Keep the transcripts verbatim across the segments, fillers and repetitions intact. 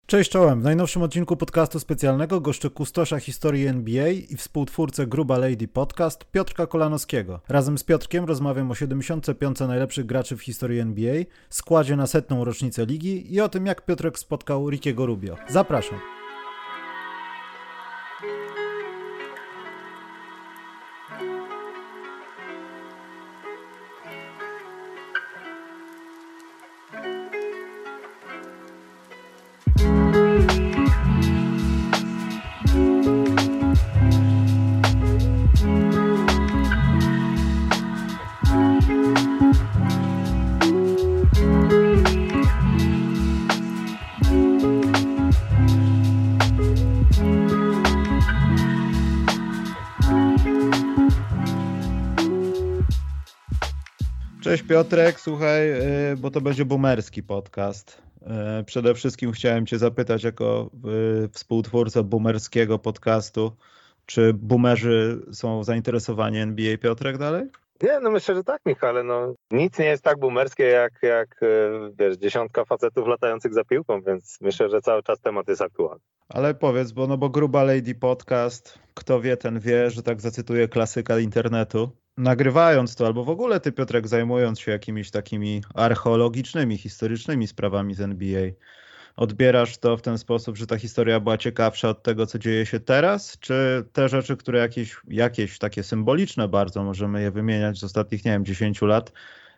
Cześć czołem, w najnowszym odcinku podcastu specjalnego goszczę kustosza historii N B A i współtwórcę Gruba Lady Podcast Piotrka Kolanowskiego. Razem z Piotrkiem rozmawiam o siedemdziesiątce piątce najlepszych graczy w historii N B A, składzie na setną rocznicę ligi i o tym, jak Piotrek spotkał Rickiego Rubio. Zapraszam. Cześć Piotrek, słuchaj, bo to będzie boomerski podcast. Przede wszystkim chciałem Cię zapytać jako współtwórca boomerskiego podcastu, czy boomerzy są zainteresowani N B A, Piotrek, dalej? Nie, no myślę, że tak, Michale, no nic nie jest tak boomerskie jak, jak wiesz, dziesiątka facetów latających za piłką, więc myślę, że cały czas temat jest aktualny. Ale powiedz, bo no bo Gruba Lady Podcast, kto wie, ten wie, że tak zacytuję klasyka internetu. Nagrywając to, albo w ogóle ty, Piotrek, zajmując się jakimiś takimi archeologicznymi, historycznymi sprawami z N B A, odbierasz to w ten sposób, że ta historia była ciekawsza od tego, co dzieje się teraz? Czy te rzeczy, które jakieś, jakieś takie symboliczne bardzo, możemy je wymieniać z ostatnich, nie wiem, dziesięciu lat,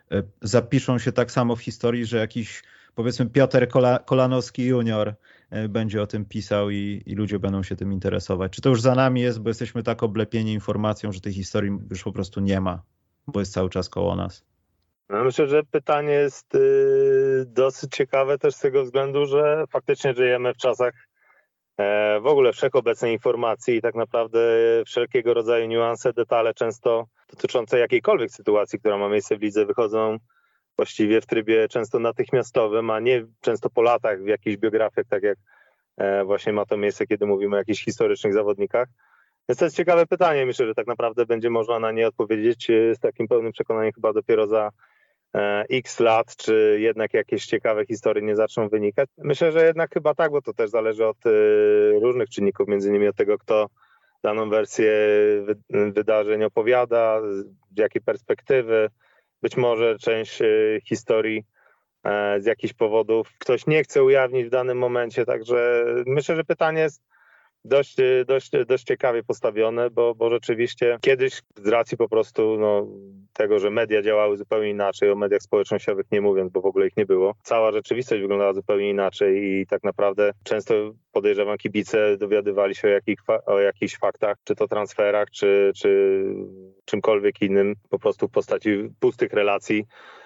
zapiszą się tak samo w historii, że jakiś, powiedzmy, Piotr Kola, Kolanowski junior będzie o tym pisał i, i ludzie będą się tym interesować? Czy to już za nami jest, bo jesteśmy tak oblepieni informacją, że tej historii już po prostu nie ma, bo jest cały czas koło nas? No myślę, że pytanie jest yy, dosyć ciekawe też z tego względu, że faktycznie żyjemy w czasach e, w ogóle wszechobecnej informacji i tak naprawdę wszelkiego rodzaju niuanse, detale często dotyczące jakiejkolwiek sytuacji, która ma miejsce w lidze, wychodzą właściwie w trybie często natychmiastowym, a nie często po latach w jakichś biografiach, tak jak e, właśnie ma to miejsce, kiedy mówimy o jakichś historycznych zawodnikach. Więc to jest ciekawe pytanie. Myślę, że tak naprawdę będzie można na nie odpowiedzieć z takim pełnym przekonaniem chyba dopiero za e, x lat, czy jednak jakieś ciekawe historie nie zaczną wynikać. Myślę, że jednak chyba tak, bo to też zależy od e, różnych czynników, między innymi od tego, kto daną wersję wy, wydarzeń opowiada, z jakiej perspektywy. Być może część y, historii e, z jakichś powodów ktoś nie chce ujawnić w danym momencie, także myślę, że pytanie jest dość, dość, dość ciekawie postawione, bo, bo rzeczywiście kiedyś z racji po prostu no, tego, że media działały zupełnie inaczej, o mediach społecznościowych nie mówiąc, bo w ogóle ich nie było, cała rzeczywistość wyglądała zupełnie inaczej i tak naprawdę często podejrzewam kibice dowiadywali się o, jakich, o jakichś faktach, czy to transferach, czy, czy czymkolwiek innym, po prostu w postaci pustych relacji.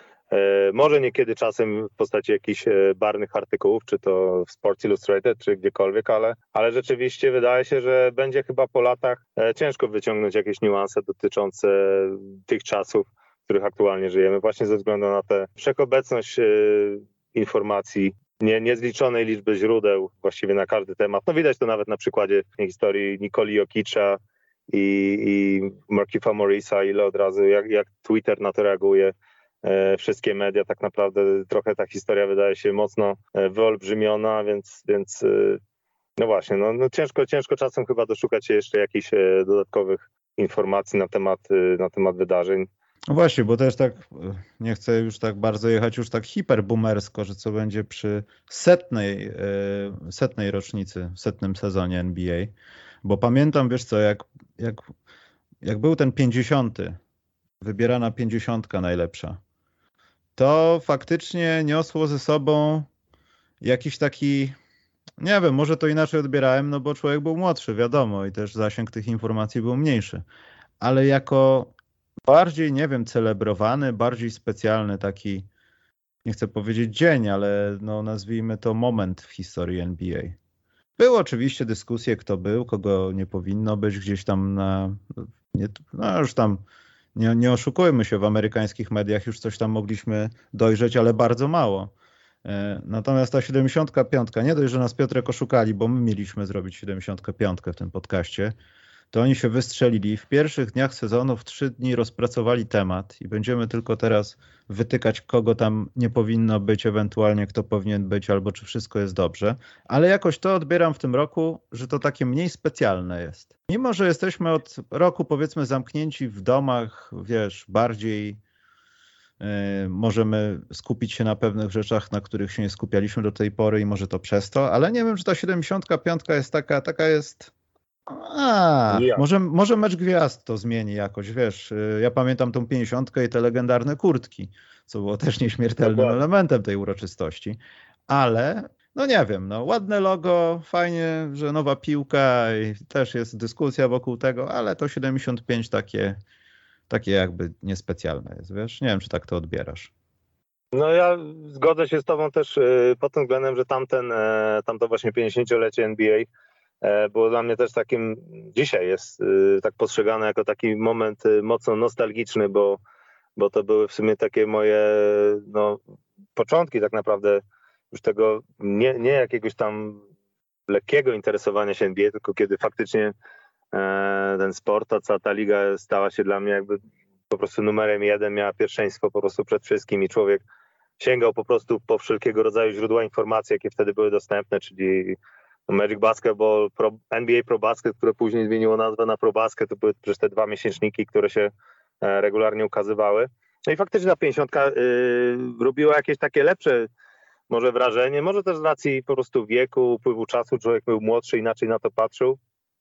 Może niekiedy czasem w postaci jakichś barwnych artykułów, czy to w Sports Illustrated, czy gdziekolwiek, ale, ale rzeczywiście wydaje się, że będzie chyba po latach ciężko wyciągnąć jakieś niuanse dotyczące tych czasów, w których aktualnie żyjemy, właśnie ze względu na tę wszechobecność informacji, nie, niezliczonej liczby źródeł właściwie na każdy temat. No widać to nawet na przykładzie historii Nikoli Jokicza i, i Markifa Morrisa, ile od razu, jak, jak Twitter na to reaguje. Wszystkie media, tak naprawdę trochę ta historia wydaje się mocno wyolbrzymiona, więc, więc no właśnie, no, no ciężko, ciężko czasem chyba doszukać się jeszcze jakichś dodatkowych informacji na temat, na temat wydarzeń. No właśnie, bo też tak nie chcę już tak bardzo jechać już tak hiperboomersko, że co będzie przy setnej, setnej rocznicy, setnym sezonie N B A, bo pamiętam, wiesz co, jak, jak, jak był ten pięćdziesiąty, wybierana pięćdziesiątka najlepsza, to faktycznie niosło ze sobą jakiś taki, nie wiem, może to inaczej odbierałem, no bo człowiek był młodszy, wiadomo, i też zasięg tych informacji był mniejszy, ale jako bardziej, nie wiem, celebrowany, bardziej specjalny taki, nie chcę powiedzieć dzień, ale no nazwijmy to moment w historii N B A. Były oczywiście dyskusje, kto był, kogo nie powinno być, gdzieś tam na, nie, no już tam Nie, nie oszukujmy się, w amerykańskich mediach już coś tam mogliśmy dojrzeć, ale bardzo mało. Natomiast ta siedemdziesiątka piątka, nie dość, że nas Piotrek oszukali, bo my mieliśmy zrobić siedemdziesiątkę piątkę w tym podcaście, to oni się wystrzelili. W pierwszych dniach sezonu w trzy dni rozpracowali temat i będziemy tylko teraz wytykać, kogo tam nie powinno być, ewentualnie kto powinien być, albo czy wszystko jest dobrze. Ale jakoś to odbieram w tym roku, że to takie mniej specjalne jest. Mimo że jesteśmy od roku, powiedzmy, zamknięci w domach, wiesz, bardziej yy, możemy skupić się na pewnych rzeczach, na których się nie skupialiśmy do tej pory i może to przez to, ale nie wiem, czy ta siedemdziesiątka piątka jest taka, taka jest... A, Ja. może, może mecz gwiazd to zmieni jakoś, wiesz, ja pamiętam tą pięćdziesiątkę i te legendarne kurtki, co było też nieśmiertelnym Dokładnie. elementem tej uroczystości, ale no nie wiem, no ładne logo, fajnie, że nowa piłka i też jest dyskusja wokół tego, ale to siedemdziesiąt pięć takie, takie jakby niespecjalne jest, wiesz, nie wiem, czy tak to odbierasz. No ja zgodzę się z tobą też y, pod tym względem, że tamten, e, tamto właśnie pięćdziesięciolecie N B A było dla mnie też takim, dzisiaj jest tak postrzegane jako taki moment mocno nostalgiczny, bo, bo to były w sumie takie moje no, początki tak naprawdę już tego nie, nie jakiegoś tam lekkiego interesowania się N B A, tylko kiedy faktycznie e, ten sport, ta cała ta liga stała się dla mnie jakby po prostu numerem jeden, miała pierwszeństwo po prostu przed wszystkim i człowiek sięgał po prostu po wszelkiego rodzaju źródła informacji, jakie wtedy były dostępne, czyli Magic Basketball, Pro, N B A Pro Basket, które później zmieniło nazwę na Pro Basket, to były przecież te dwa miesięczniki, które się regularnie ukazywały. No i faktycznie ta pięćdziesiątka yy, robiła jakieś takie lepsze może wrażenie, może też z racji po prostu wieku, upływu czasu, człowiek był młodszy, inaczej na to patrzył.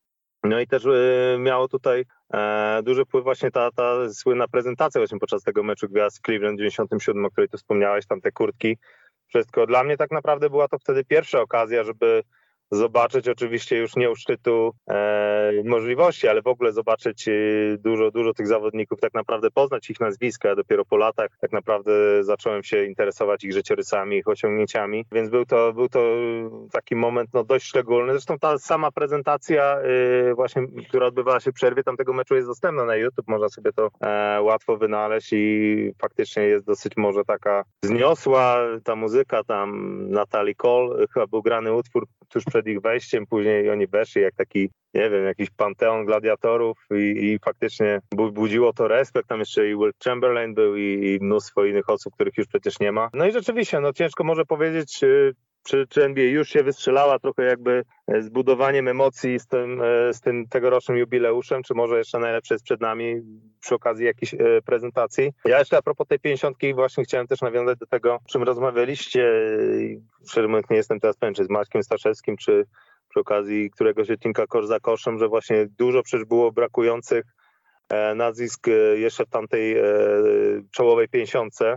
No i też yy, miało tutaj e, duży wpływ właśnie ta, ta słynna prezentacja właśnie podczas tego meczu gwiazd w Cleveland w dziewięćdziesiątym siódmym, o której tu wspomniałeś, tam te kurtki, wszystko. Dla mnie tak naprawdę była to wtedy pierwsza okazja, żeby zobaczyć oczywiście już nie u szczytu e, możliwości, ale w ogóle zobaczyć e, dużo, dużo tych zawodników, tak naprawdę poznać ich nazwiska. Ja dopiero po latach tak naprawdę zacząłem się interesować ich życiorysami, ich osiągnięciami, więc był to, był to taki moment no, dość szczególny. Zresztą ta sama prezentacja e, właśnie, która odbywała się w przerwie tamtego meczu jest dostępna na YouTube, można sobie to e, łatwo wynaleźć i faktycznie jest dosyć może taka wzniosła ta muzyka, tam Natalie Cole, chyba był grany utwór tuż przed ich wejściem, później oni weszli jak taki, nie wiem, jakiś panteon gladiatorów i, i faktycznie budziło to respekt. Tam jeszcze i Will Chamberlain był i, i mnóstwo innych osób, których już przecież nie ma. No i rzeczywiście, no ciężko może powiedzieć, czy, czy N B A już się wystrzelała trochę jakby z budowaniem emocji z tym, z tym tegorocznym jubileuszem, czy może jeszcze najlepsze jest przed nami przy okazji jakiejś prezentacji. Ja jeszcze a propos tej pięćdziesiątki właśnie chciałem też nawiązać do tego, o czym rozmawialiście. Szczerze mówiąc nie jestem teraz pewien, czy z Maćkiem Staszewskim, czy przy okazji któregoś odcinka Kosz za koszem, że właśnie dużo przecież było brakujących nazwisk jeszcze w tamtej czołowej pięćdziesiątce,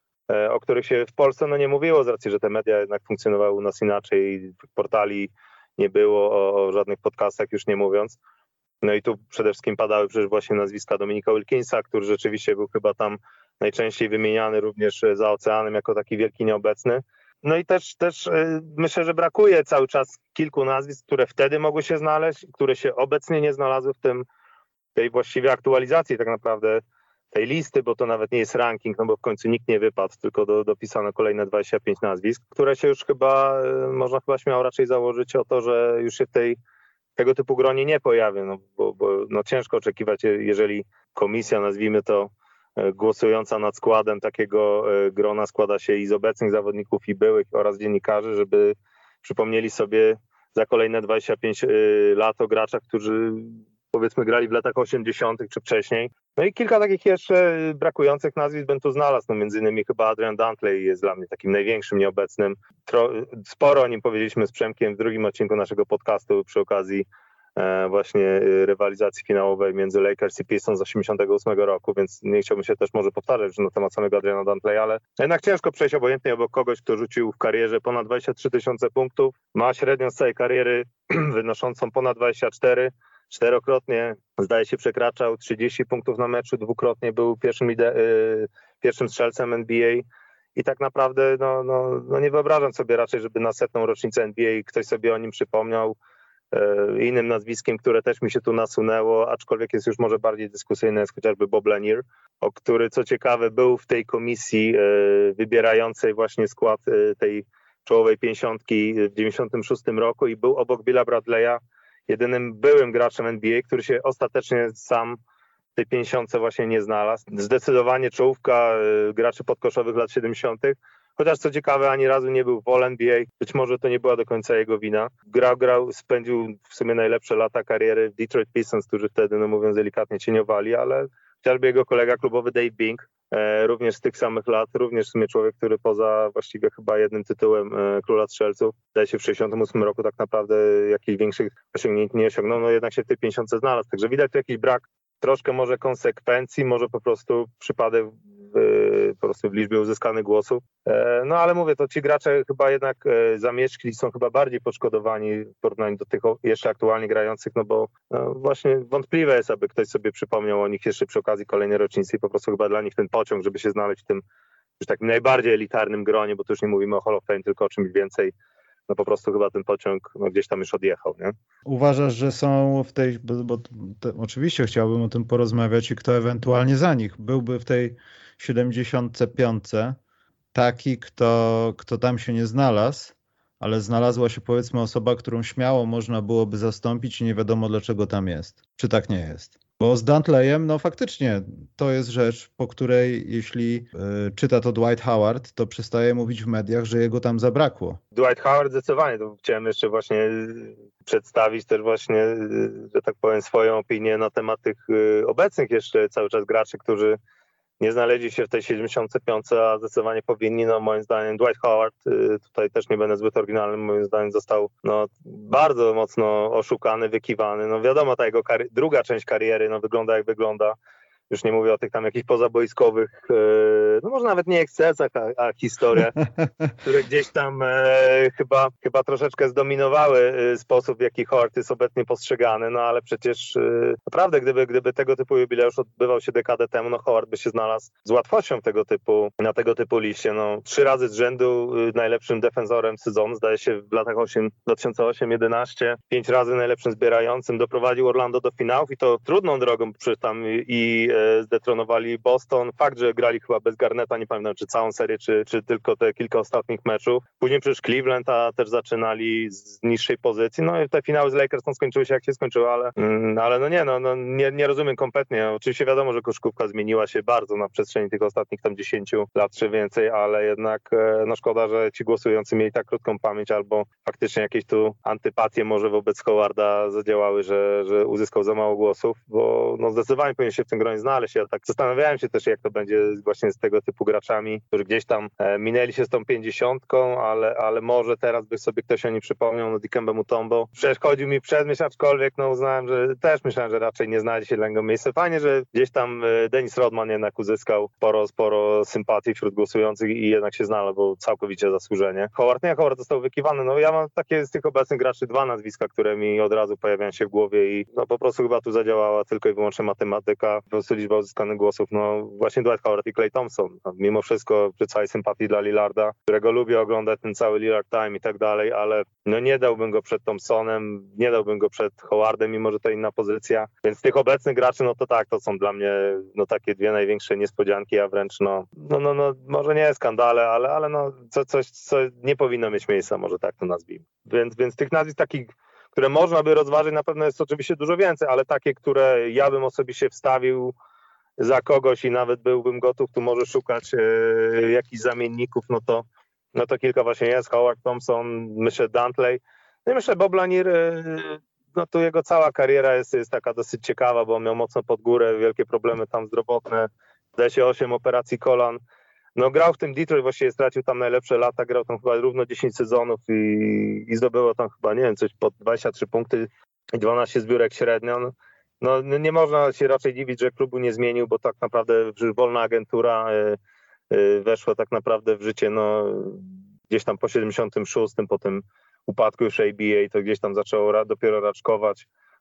o których się w Polsce no nie mówiło z racji, że te media jednak funkcjonowały u nas inaczej, portali nie było, o, o żadnych podcastach już nie mówiąc. No i tu przede wszystkim padały przecież właśnie nazwiska Dominika Wilkinsa, który rzeczywiście był chyba tam najczęściej wymieniany również za oceanem jako taki wielki nieobecny. No i też, też myślę, że brakuje cały czas kilku nazwisk, które wtedy mogły się znaleźć, które się obecnie nie znalazły w tym, tej właściwie aktualizacji tak naprawdę tej listy, bo to nawet nie jest ranking, no bo w końcu nikt nie wypadł, tylko do, dopisano kolejne dwadzieścia pięć nazwisk, które się już chyba, można chyba śmiało raczej założyć o to, że już się w tej, tego typu gronie nie pojawi, no bo, bo no ciężko oczekiwać, jeżeli komisja, nazwijmy to, głosująca nad składem takiego grona składa się i z obecnych zawodników i byłych oraz dziennikarzy, żeby przypomnieli sobie za kolejne dwadzieścia pięć lat o graczach, którzy powiedzmy grali w latach osiemdziesiątych czy wcześniej. No i kilka takich jeszcze brakujących nazwisk bym tu znalazł, no między innymi chyba Adrian Dantley jest dla mnie takim największym nieobecnym. Sporo o nim powiedzieliśmy z Przemkiem w drugim odcinku naszego podcastu przy okazji e, właśnie rywalizacji finałowej między Lakers i Pistons z osiemdziesiątego ósmego roku, więc nie chciałbym się też może powtarzać na temat samego Adriana Dantleya, ale jednak ciężko przejść obojętnie obok kogoś, kto rzucił w karierze ponad dwadzieścia trzy tysiące punktów, ma średnią z całej kariery wynoszącą ponad dwadzieścia cztery, czterokrotnie zdaje się przekraczał trzydzieści punktów na meczu, dwukrotnie był pierwszym, lider, y, pierwszym strzelcem N B A i tak naprawdę no, no, no nie wyobrażam sobie raczej, żeby na setną rocznicę N B A ktoś sobie o nim przypomniał. Y, innym nazwiskiem, które też mi się tu nasunęło, aczkolwiek jest już może bardziej dyskusyjne, jest chociażby Bob Lanier, o który co ciekawe był w tej komisji y, wybierającej właśnie skład y, tej czołowej pięćdziesiątki w dziewięćdziesiątym szóstym roku i był obok Billa Bradley'a jedynym byłym graczem N B A, który się ostatecznie sam w tej pięćdziesiątce właśnie nie znalazł. Zdecydowanie czołówka graczy podkoszowych lat siedemdziesiątych. Chociaż co ciekawe, ani razu nie był w All N B A. Być może to nie była do końca jego wina. Grał, grał, spędził w sumie najlepsze lata kariery w Detroit Pistons, którzy wtedy, no mówiąc delikatnie, cieniowali, ale chociażby jego kolega klubowy Dave Bing, e, również z tych samych lat, również w sumie człowiek, który poza właściwie chyba jednym tytułem e, Króla Strzelców, zdaje się w sześćdziesiątym ósmym roku tak naprawdę jakichś większych osiągnięć nie osiągnął, no jednak się w tej pięćdziesiątce znalazł. Także widać tu jakiś brak, troszkę może konsekwencji, może po prostu przypadek w, po prostu w liczbie uzyskanych głosów. No ale mówię, to ci gracze chyba jednak zamierzchli, są chyba bardziej poszkodowani w porównaniu do tych jeszcze aktualnie grających, no bo no właśnie wątpliwe jest, aby ktoś sobie przypomniał o nich jeszcze przy okazji kolejnej rocznicy i po prostu chyba dla nich ten pociąg, żeby się znaleźć w tym już takim najbardziej elitarnym gronie, bo tu już nie mówimy o Hall of Fame, tylko o czymś więcej. No po prostu chyba ten pociąg no, gdzieś tam już odjechał, nie? Uważasz, że są w tej, bo, bo te, oczywiście chciałbym o tym porozmawiać i kto ewentualnie za nich byłby w tej siedemdziesiątce piątce taki, kto, kto tam się nie znalazł, ale znalazła się powiedzmy osoba, którą śmiało można byłoby zastąpić i nie wiadomo dlaczego tam jest. Czy tak nie jest? Bo z Dantleyem, no faktycznie, to jest rzecz, po której jeśli y, czyta to Dwight Howard, to przestaje mówić w mediach, że jego tam zabrakło. Dwight Howard zdecydowanie, to chciałem jeszcze właśnie przedstawić też właśnie, że tak powiem, swoją opinię na temat tych y, obecnych jeszcze cały czas graczy, którzy nie znaleźli się w tej siedemdziesiątce piątce, a zdecydowanie powinni, no moim zdaniem Dwight Howard, tutaj też nie będę zbyt oryginalny, moim zdaniem został no, bardzo mocno oszukany, wykiwany. No wiadomo, ta jego kari- druga część kariery no, wygląda jak wygląda. Już nie mówię o tych tam jakichś pozaboiskowych, no może nawet nie ekscesach, a, a historiach, które gdzieś tam e, chyba, chyba troszeczkę zdominowały sposób, w jaki Howard jest obecnie postrzegany, no ale przecież e, naprawdę gdyby, gdyby tego typu jubileusz odbywał się dekadę temu, no Howard by się znalazł z łatwością tego typu, na tego typu liście. No, trzy razy z rzędu najlepszym defensorem sezonu, zdaje się w latach dwa tysiące ósmym jedenaście, pięć razy najlepszym zbierającym, doprowadził Orlando do finałów i to trudną drogą, przecież tam i zdetronowali Boston. Fakt, że grali chyba bez Garneta, nie pamiętam czy całą serię, czy, czy tylko te kilka ostatnich meczów. Później przecież Cleveland, a też zaczynali z niższej pozycji. No i te finały z Lakers no, skończyły się jak się skończyły, ale, mm, ale no nie, no, no nie, nie rozumiem kompletnie. Oczywiście wiadomo, że koszykówka zmieniła się bardzo na przestrzeni tych ostatnich tam dziesięciu lat czy więcej, ale jednak no szkoda, że ci głosujący mieli tak krótką pamięć albo faktycznie jakieś tu antypatie może wobec Howarda zadziałały, że, że uzyskał za mało głosów, bo no zdecydowanie powinien się w tym gronie znaleźć. Ja tak zastanawiałem się też, jak to będzie właśnie z tego typu graczami, którzy gdzieś tam e, minęli się z tą pięćdziesiątką, ale, ale może teraz by sobie ktoś o nim przypomniał, no Dikembe Mutombo. Przeszkodził mi przez myśl, aczkolwiek no uznałem, że też myślałem, że raczej nie znajdzie się dla niego miejsca. Fajnie, że gdzieś tam e, Dennis Rodman jednak uzyskał sporo, sporo sympatii wśród głosujących i jednak się znalazł, bo całkowicie zasłużenie. Howard, nie, Howard został wykiwany. No ja mam takie z tych obecnych graczy dwa nazwiska, które mi od razu pojawiają się w głowie i no po prostu chyba tu zadziałała tylko i wyłącznie matematyka, po prostu liczba uzyskanych głosów. No właśnie Dwight Howard i Klay Thompson. No, mimo wszystko przy całej sympatii dla Lillarda, którego lubię oglądać, ten cały Lillard Time i tak dalej, ale no nie dałbym go przed Thompsonem, nie dałbym go przed Howardem, mimo że to inna pozycja. Więc z tych obecnych graczy, no to tak, to są dla mnie no takie dwie największe niespodzianki, a wręcz no, no, no, no może nie skandale, ale, ale no co, coś, co nie powinno mieć miejsca, może tak to nazwijmy. Więc, więc tych nazwisk takich, które można by rozważyć, na pewno jest oczywiście dużo więcej, ale takie, które ja bym osobiście wstawił za kogoś i nawet byłbym gotów tu może szukać e, jakichś zamienników, no to, no to kilka właśnie jest. Howard, Thompson, myślę Dantley. No i myślę Bob Lanier, e, no tu jego cała kariera jest, jest taka dosyć ciekawa, bo on miał mocno pod górę, wielkie problemy tam zdrowotne, zdaje się osiem operacji kolan. No grał w tym Detroit, właściwie stracił tam najlepsze lata, grał tam chyba równo dziesięć sezonów i, i zdobyło tam chyba, nie wiem, coś pod dwadzieścia trzy punkty i dwanaście zbiórek średnio. No, no nie można się raczej dziwić, że klubu nie zmienił, bo tak naprawdę wolna agentura y, y, weszła tak naprawdę w życie no, gdzieś tam po siedemdziesiątym szóstym, po tym upadku już A B A, to gdzieś tam zaczęło ra, dopiero raczkować.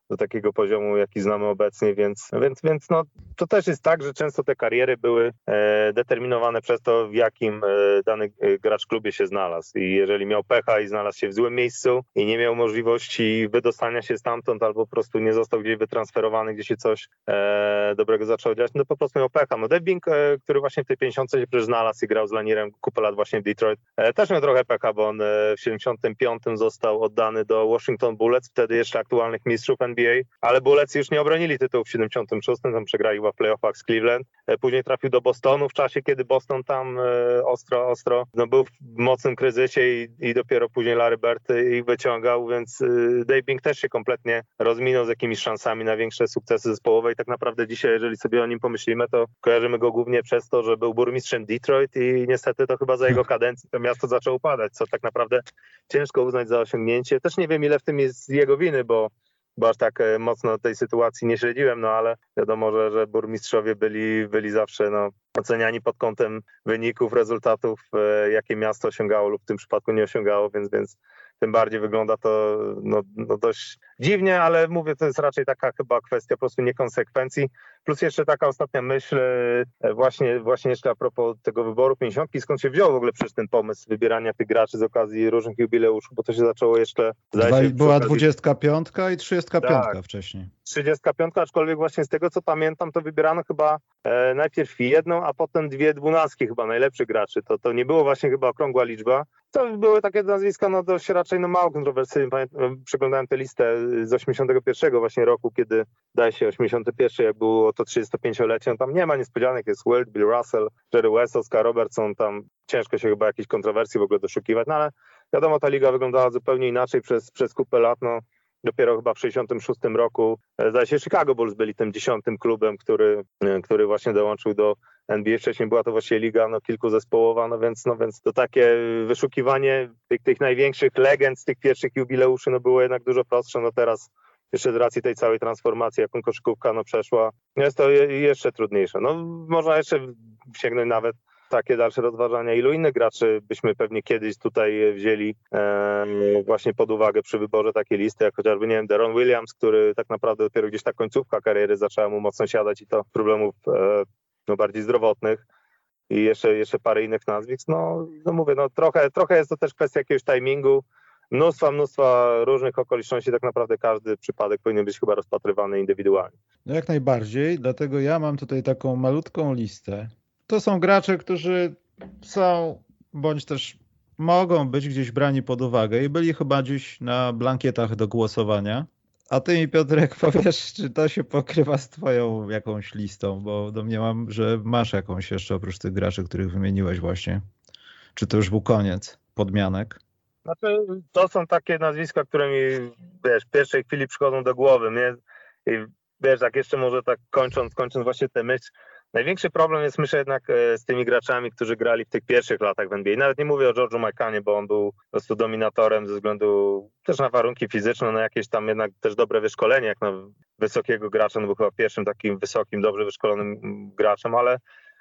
do takiego poziomu, jaki znamy obecnie, więc, więc, więc no, to też jest tak, że często te kariery były e, determinowane przez to, w jakim e, dany gracz w klubie się znalazł i jeżeli miał pecha i znalazł się w złym miejscu i nie miał możliwości wydostania się stamtąd albo po prostu nie został gdzieś wytransferowany, gdzie się coś e, dobrego zaczęło dziać, no po prostu miał pecha. No Debing, e, który właśnie w tej pięćdziesiątce się przecież znalazł i grał z Lanierem kupę lat właśnie w Detroit, e, też miał trochę pecha, bo on e, w siedemdziesiątym piątym został oddany do Washington Bullets, wtedy jeszcze aktualnych mistrzów N B A, ale Bullets już nie obronili tytułu w siedemdziesiątym szóstym, tam przegrali w playoffach z Cleveland. E, później trafił do Bostonu w czasie, kiedy Boston tam e, ostro, ostro no był w mocnym kryzysie i, i dopiero później Larry Bird ich wyciągał, więc e, Debing też się kompletnie rozminął z jakimiś szansami na większe sukcesy zespołowe i tak naprawdę dzisiaj, jeżeli sobie o nim pomyślimy, to kojarzymy go głównie przez to, że był burmistrzem Detroit i niestety to chyba za jego kadencji to miasto zaczęło upadać, co tak naprawdę ciężko uznać za osiągnięcie. Też nie wiem, ile w tym jest jego winy, bo bo aż tak mocno tej sytuacji nie śledziłem, no ale wiadomo, że, że burmistrzowie byli, byli zawsze no, oceniani pod kątem wyników, rezultatów, jakie miasto osiągało lub w tym przypadku nie osiągało, więc, więc tym bardziej wygląda to no, no dość dziwnie, ale mówię, to jest raczej taka chyba kwestia po prostu niekonsekwencji. Plus jeszcze taka ostatnia myśl, właśnie, właśnie jeszcze a propos tego wyboru pięćdziesiątki, skąd się wziął w ogóle przecież ten pomysł wybierania tych graczy z okazji różnych jubileuszów, bo to się zaczęło jeszcze... Dwa, była dwudziestka piątka i trzydziestka piątka tak, wcześniej. trzydziestka piątka, aczkolwiek właśnie z tego co pamiętam, to wybierano chyba e, najpierw jedną, a potem dwie dwunastki chyba najlepszych graczy. To, to nie było właśnie chyba okrągła liczba. To były takie nazwiska no dość raczej no mało kontrowersyjne. Przeglądałem tę listę z osiemdziesiątego pierwszego właśnie roku, kiedy daje się osiemdziesiąty pierwszy, jak było to trzydziestopięciolecie. No tam nie ma niespodzianek, jest Wilt, Bill Russell, Jerry West, Oscar Robertson, tam ciężko się chyba jakichś kontrowersji w ogóle doszukiwać, no ale wiadomo, ta liga wyglądała zupełnie inaczej przez, przez kupę lat, no dopiero chyba w sześćdziesiątym szóstym roku, zdaje się, Chicago Bulls byli tym dziesiątym klubem, który, który właśnie dołączył do N B A. Wcześniej była to właściwie liga no, kilkuzespołowa, no więc, no więc to takie wyszukiwanie tych, tych największych legend z tych pierwszych jubileuszy no, było jednak dużo prostsze. No teraz jeszcze z racji tej całej transformacji, jaką koszykówka no, przeszła, jest to je, jeszcze trudniejsze. No można jeszcze sięgnąć nawet takie dalsze rozważania, ilu innych graczy byśmy pewnie kiedyś tutaj wzięli e, właśnie pod uwagę przy wyborze takiej listy, jak chociażby, nie wiem, Deron Williams, który tak naprawdę dopiero gdzieś ta końcówka kariery zaczęła mu mocno siadać i to problemów e, no, bardziej zdrowotnych i jeszcze, jeszcze parę innych nazwisk. No, no mówię, no trochę, trochę jest to też kwestia jakiegoś timingu, mnóstwa, mnóstwa różnych okoliczności, tak naprawdę każdy przypadek powinien być chyba rozpatrywany indywidualnie. No jak najbardziej, dlatego ja mam tutaj taką malutką listę. To są gracze, którzy są, bądź też mogą być gdzieś brani pod uwagę i byli chyba gdzieś na blankietach do głosowania. A ty mi, Piotrek, powiesz, czy to się pokrywa z twoją jakąś listą, bo domniemam, że masz jakąś jeszcze oprócz tych graczy, których wymieniłeś właśnie. Czy to już był koniec podmianek? Znaczy, to są takie nazwiska, które mi, wiesz, w pierwszej chwili przychodzą do głowy. Mnie, i wiesz, tak jeszcze może tak kończąc, kończąc właśnie tę myśl, największy problem jest, myślę, jednak z tymi graczami, którzy grali w tych pierwszych latach w N B A. Nawet nie mówię o George'u Michanie, bo on był po prostu dominatorem ze względu też na warunki fizyczne, na jakieś tam jednak też dobre wyszkolenie, jak na wysokiego gracza. On był chyba pierwszym takim wysokim, dobrze wyszkolonym graczem, ale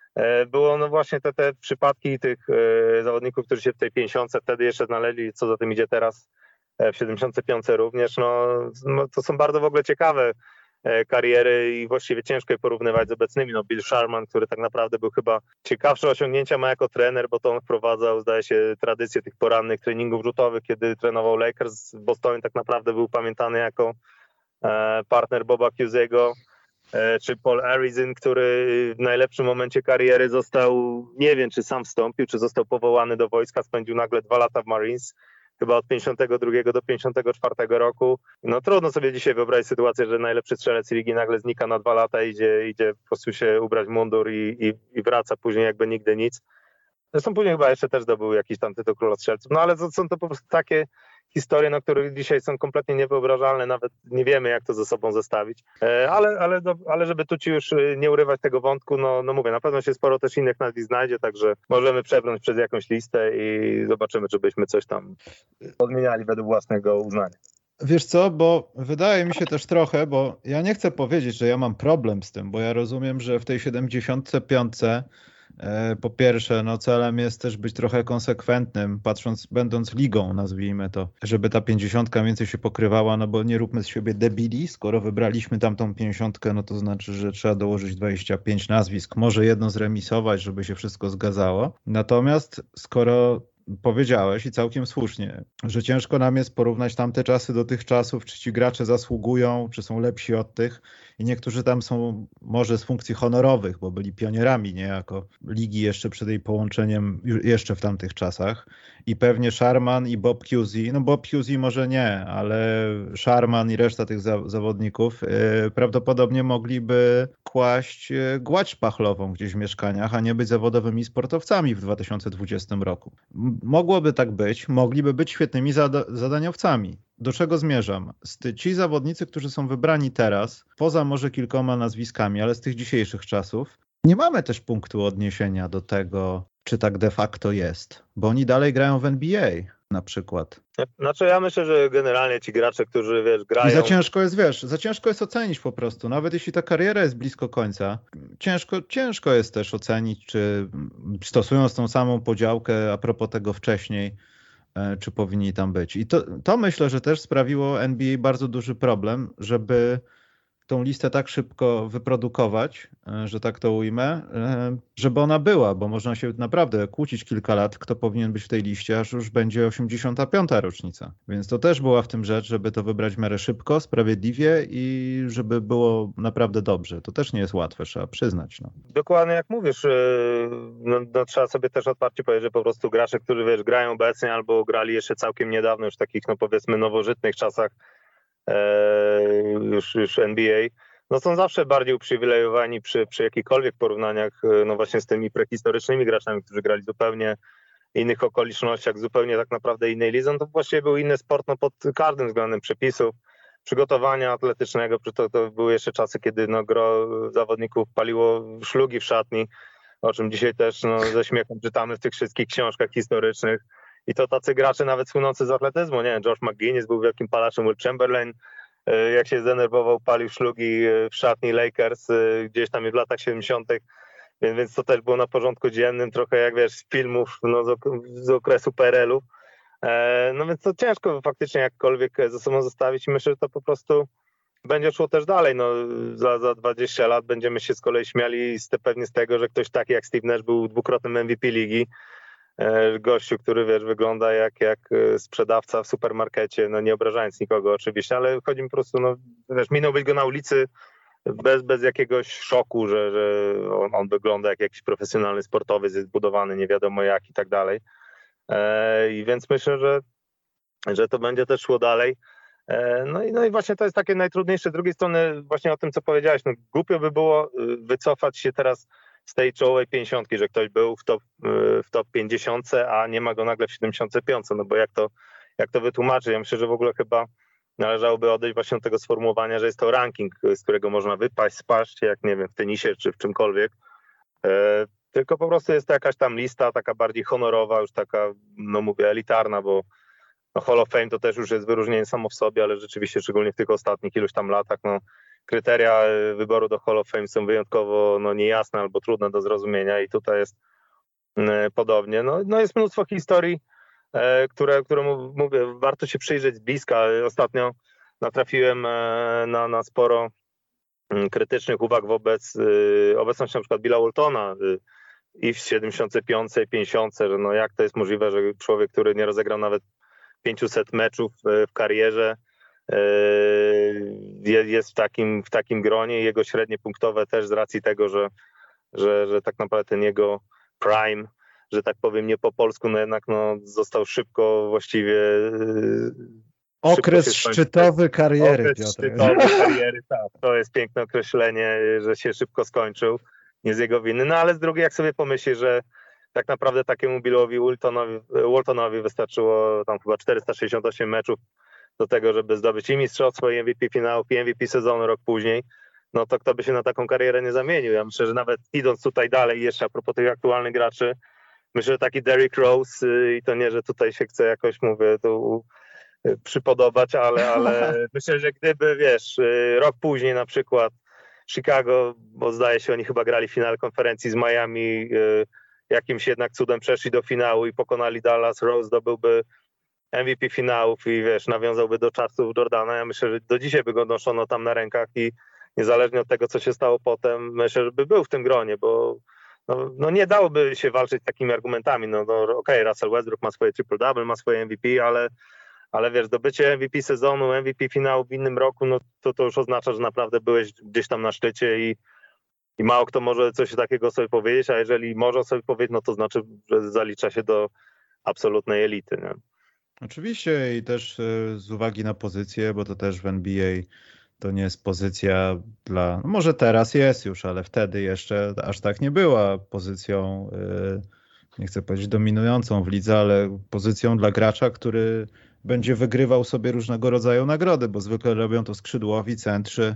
było no właśnie te, te przypadki tych zawodników, którzy się w tej pięćdziesiątce wtedy jeszcze znaleźli, co za tym idzie teraz w siedemdziesiątej piątej również. No, no to są bardzo w ogóle ciekawe kariery i właściwie ciężko je porównywać z obecnymi. No Bill Sharman, który tak naprawdę był chyba ciekawsze osiągnięcia ma jako trener, bo to on wprowadzał, zdaje się, tradycję tych porannych treningów rzutowych, kiedy trenował Lakers w Bostonie, tak naprawdę był pamiętany jako partner Boba Cousy'ego, czy Paul Arizin, który w najlepszym momencie kariery został, nie wiem czy sam wstąpił, czy został powołany do wojska, spędził nagle dwa lata w Marines, chyba od pięćdziesiątego drugiego do pięćdziesiątego czwartego roku. No trudno sobie dzisiaj wyobrazić sytuację, że najlepszy strzelec ligi nagle znika na dwa lata, idzie, idzie po prostu się ubrać w mundur i, i, i wraca później jakby nigdy nic. Zresztą później chyba jeszcze też zdobył jakiś tam tytuł króla strzelców. No ale to są to po prostu takie historie, no, które dzisiaj są kompletnie niewyobrażalne, nawet nie wiemy, jak to ze sobą zestawić. Ale, ale, ale żeby tu ci już nie urywać tego wątku, no, no mówię, na pewno się sporo też innych nazwisk znajdzie, także możemy przebrnąć przez jakąś listę i zobaczymy, czy byśmy coś tam odmieniali według własnego uznania. Wiesz co, bo wydaje mi się też trochę, bo ja nie chcę powiedzieć, że ja mam problem z tym, bo ja rozumiem, że w tej siedemdziesiątce piątce Po pierwsze, no celem jest też być trochę konsekwentnym, patrząc, będąc ligą, nazwijmy to, żeby ta pięćdziesiątka więcej się pokrywała, no bo nie róbmy z siebie debili, skoro wybraliśmy tamtą pięćdziesiątkę, no to znaczy, że trzeba dołożyć dwadzieścia pięć nazwisk, może jedno zremisować, żeby się wszystko zgadzało. Natomiast skoro powiedziałeś i całkiem słusznie, że ciężko nam jest porównać tamte czasy do tych czasów, czy ci gracze zasługują, czy są lepsi od tych i niektórzy tam są może z funkcji honorowych, bo byli pionierami niejako ligi jeszcze przed jej połączeniem, jeszcze w tamtych czasach i pewnie Sharman i Bob Cousy, no Bob Cousy może nie, ale Sharman i reszta tych za- zawodników yy, prawdopodobnie mogliby kłaść yy, gładź szpachlową gdzieś w mieszkaniach, a nie być zawodowymi sportowcami w dwa tysiące dwudziestym roku. Mogłoby tak być, mogliby być świetnymi zada- zadaniowcami. Do czego zmierzam? Ci zawodnicy, którzy są wybrani teraz, poza może kilkoma nazwiskami, ale z tych dzisiejszych czasów, nie mamy też punktu odniesienia do tego, czy tak de facto jest, bo oni dalej grają w N B A na przykład. Znaczy ja myślę, że generalnie ci gracze, którzy wiesz, grają... I za ciężko jest, wiesz, za ciężko jest ocenić po prostu, nawet jeśli ta kariera jest blisko końca, ciężko, ciężko jest też ocenić, czy stosując tą samą podziałkę a propos tego wcześniej, czy powinni tam być. I to, to myślę, że też sprawiło N B A bardzo duży problem, żeby tą listę tak szybko wyprodukować, że tak to ujmę, żeby ona była, bo można się naprawdę kłócić kilka lat, kto powinien być w tej liście, aż już będzie osiemdziesiąta piąta rocznica. Więc to też była w tym rzecz, żeby to wybrać w miarę szybko, sprawiedliwie i żeby było naprawdę dobrze. To też nie jest łatwe, trzeba przyznać. No. Dokładnie jak mówisz, no, no, trzeba sobie też otwarcie powiedzieć, że po prostu gracze, którzy wiesz, grają obecnie albo grali jeszcze całkiem niedawno, już w takich no powiedzmy nowożytnych czasach, Już, już N B A, no są zawsze bardziej uprzywilejowani przy, przy jakichkolwiek porównaniach no właśnie z tymi prehistorycznymi graczami, którzy grali w zupełnie innych okolicznościach, zupełnie tak naprawdę innej lidze. No to właściwie był inny sport no pod każdym względem przepisów, przygotowania atletycznego, to, to były jeszcze czasy, kiedy no gro zawodników paliło szlugi w szatni, o czym dzisiaj też no, ze śmiechem czytamy w tych wszystkich książkach historycznych. I to tacy gracze nawet słynący z atletyzmu, nie wiem, George McGuinness był wielkim palaczem, Will Chamberlain, jak się zdenerwował, palił szlugi w szatni Lakers gdzieś tam w latach siedemdziesiątych, więc, więc to też było na porządku dziennym, trochę jak wiesz, z filmów no, z, ok- z okresu P R L-u. E, no więc to ciężko faktycznie jakkolwiek ze sobą zostawić i myślę, że to po prostu będzie szło też dalej. No, za, za dwadzieścia lat będziemy się z kolei śmiali z te, pewnie z tego, że ktoś taki jak Steve Nash był dwukrotnym M V P ligi, gościu, który wiesz, wygląda jak, jak sprzedawca w supermarkecie, no nie obrażając nikogo oczywiście, ale chodzi mi po prostu, no wiesz, minąłbyś go na ulicy bez, bez jakiegoś szoku, że, że on, on wygląda jak jakiś profesjonalny sportowiec, jest budowany nie wiadomo jak i tak dalej. E, I więc myślę, że, że to będzie też szło dalej. E, no, i, no i właśnie to jest takie najtrudniejsze. Z drugiej strony właśnie o tym, co powiedziałeś, no głupio by było wycofać się teraz z tej czołowej pięćdziesiątki, że ktoś był w top, w top pięćdziesiątce, a nie ma go nagle w siedemdziesiątce piątce, no bo jak to, jak to wytłumaczyć? Ja myślę, że w ogóle chyba należałoby odejść właśnie od tego sformułowania, że jest to ranking, z którego można wypaść, spaść, jak nie wiem, w tenisie czy w czymkolwiek, e, tylko po prostu jest to jakaś tam lista taka bardziej honorowa, już taka, no mówię, elitarna, bo no Hall of Fame to też już jest wyróżnienie samo w sobie, ale rzeczywiście szczególnie w tych ostatnich iluś tam latach, no kryteria wyboru do Hall of Fame są wyjątkowo no, niejasne albo trudne do zrozumienia i tutaj jest e, podobnie. No, no jest mnóstwo historii, e, które, które mówię, warto się przyjrzeć z bliska. Ostatnio natrafiłem e, na, na sporo m, krytycznych uwag wobec e, obecności na przykład Billa Waltona e, i w siedemdziesiątce piątce, pięćdziesiątce, że no jak to jest możliwe, że człowiek, który nie rozegrał nawet pięćset meczów e, w karierze, jest w takim, w takim gronie i jego średnie punktowe też z racji tego, że, że, że tak naprawdę ten jego prime, że tak powiem nie po polsku, no jednak no, został szybko właściwie... Okres szybko szczytowy kariery, Okres Piotr. szczytowy kariery, tak. To jest piękne określenie, że się szybko skończył, nie z jego winy. No ale z drugiej, jak sobie pomyśli, że tak naprawdę takiemu Billowi Waltonowi, Waltonowi wystarczyło tam chyba czterysta sześćdziesiąt osiem meczów do tego, żeby zdobyć i mistrzostwo, i M V P finału, i M V P sezonu rok później, no to kto by się na taką karierę nie zamienił. Ja myślę, że nawet idąc tutaj dalej jeszcze a propos tych aktualnych graczy, myślę, że taki Derrick Rose i to nie, że tutaj się chce jakoś, mówię, tu przypodobać, ale, ale myślę, że gdyby, wiesz, rok później na przykład Chicago, bo zdaje się, oni chyba grali finał konferencji z Miami, jakimś jednak cudem przeszli do finału i pokonali Dallas. Rose zdobyłby M V P finałów i wiesz, nawiązałby do czasów Jordana. Ja myślę, że do dzisiaj by go noszono tam na rękach i niezależnie od tego, co się stało potem, myślę, że by był w tym gronie, bo no, no nie dałoby się walczyć takimi argumentami. No, no okej, okay, Russell Westbrook ma swoje triple-double, ma swoje M V P, ale, ale wiesz, zdobycie M V P sezonu, M V P finału w innym roku, no to, to już oznacza, że naprawdę byłeś gdzieś tam na szczycie i, i mało kto może coś takiego sobie powiedzieć, a jeżeli może sobie powiedzieć, no to znaczy, że zalicza się do absolutnej elity, nie? Oczywiście i też z uwagi na pozycję, bo to też w N B A to nie jest pozycja dla, no może teraz jest już, ale wtedy jeszcze aż tak nie była pozycją, nie chcę powiedzieć dominującą w lidze, ale pozycją dla gracza, który będzie wygrywał sobie różnego rodzaju nagrody, bo zwykle robią to skrzydłowi, centrzy,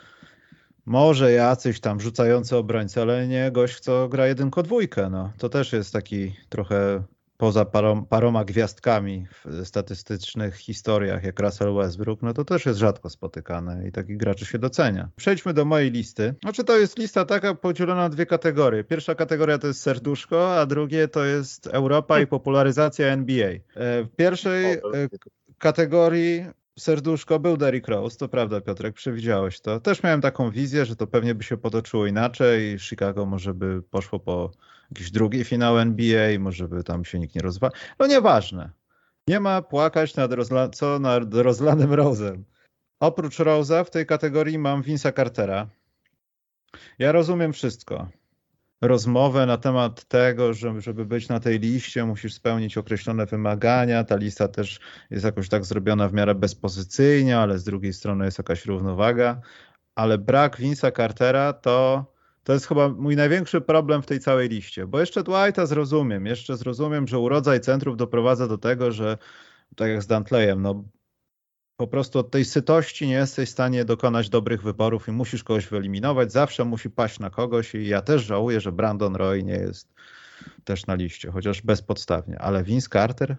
może jacyś tam rzucający obrońcy, ale nie gość, co gra jedynko dwójkę. No. To też jest taki trochę poza parom, paroma gwiazdkami w statystycznych historiach, jak Russell Westbrook, no to też jest rzadko spotykane i takich graczy się docenia. Przejdźmy do mojej listy. Znaczy to jest lista taka podzielona na dwie kategorie. Pierwsza kategoria to jest serduszko, a drugie to jest Europa i popularyzacja N B A. W pierwszej kategorii serduszko był Derrick Rose, to prawda, Piotrek, przewidziałeś to. Też miałem taką wizję, że to pewnie by się potoczyło inaczej. Chicago może by poszło po jakiś drugi finał N B A, może by tam się nikt nie rozwalił. No nieważne. Nie ma płakać nad, rozla- co nad rozlanym Rose'em. Oprócz Rose'a w tej kategorii mam Vince'a Cartera. Ja rozumiem wszystko. Rozmowę na temat tego, że żeby być na tej liście, musisz spełnić określone wymagania. Ta lista też jest jakoś tak zrobiona w miarę bezpozycyjnie, ale z drugiej strony jest jakaś równowaga. Ale brak Vince'a Cartera to, to jest chyba mój największy problem w tej całej liście. Bo jeszcze Dwighta zrozumiem. Jeszcze zrozumiem, że urodzaj centrów doprowadza do tego, że tak jak z Dantleyem, no po prostu od tej sytości nie jesteś w stanie dokonać dobrych wyborów i musisz kogoś wyeliminować. Zawsze musi paść na kogoś i ja też żałuję, że Brandon Roy nie jest też na liście, chociaż bezpodstawnie. Ale Vince Carter?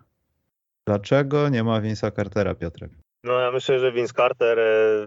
Dlaczego nie ma Vince'a Cartera, Piotrek? No ja myślę, że Vince Carter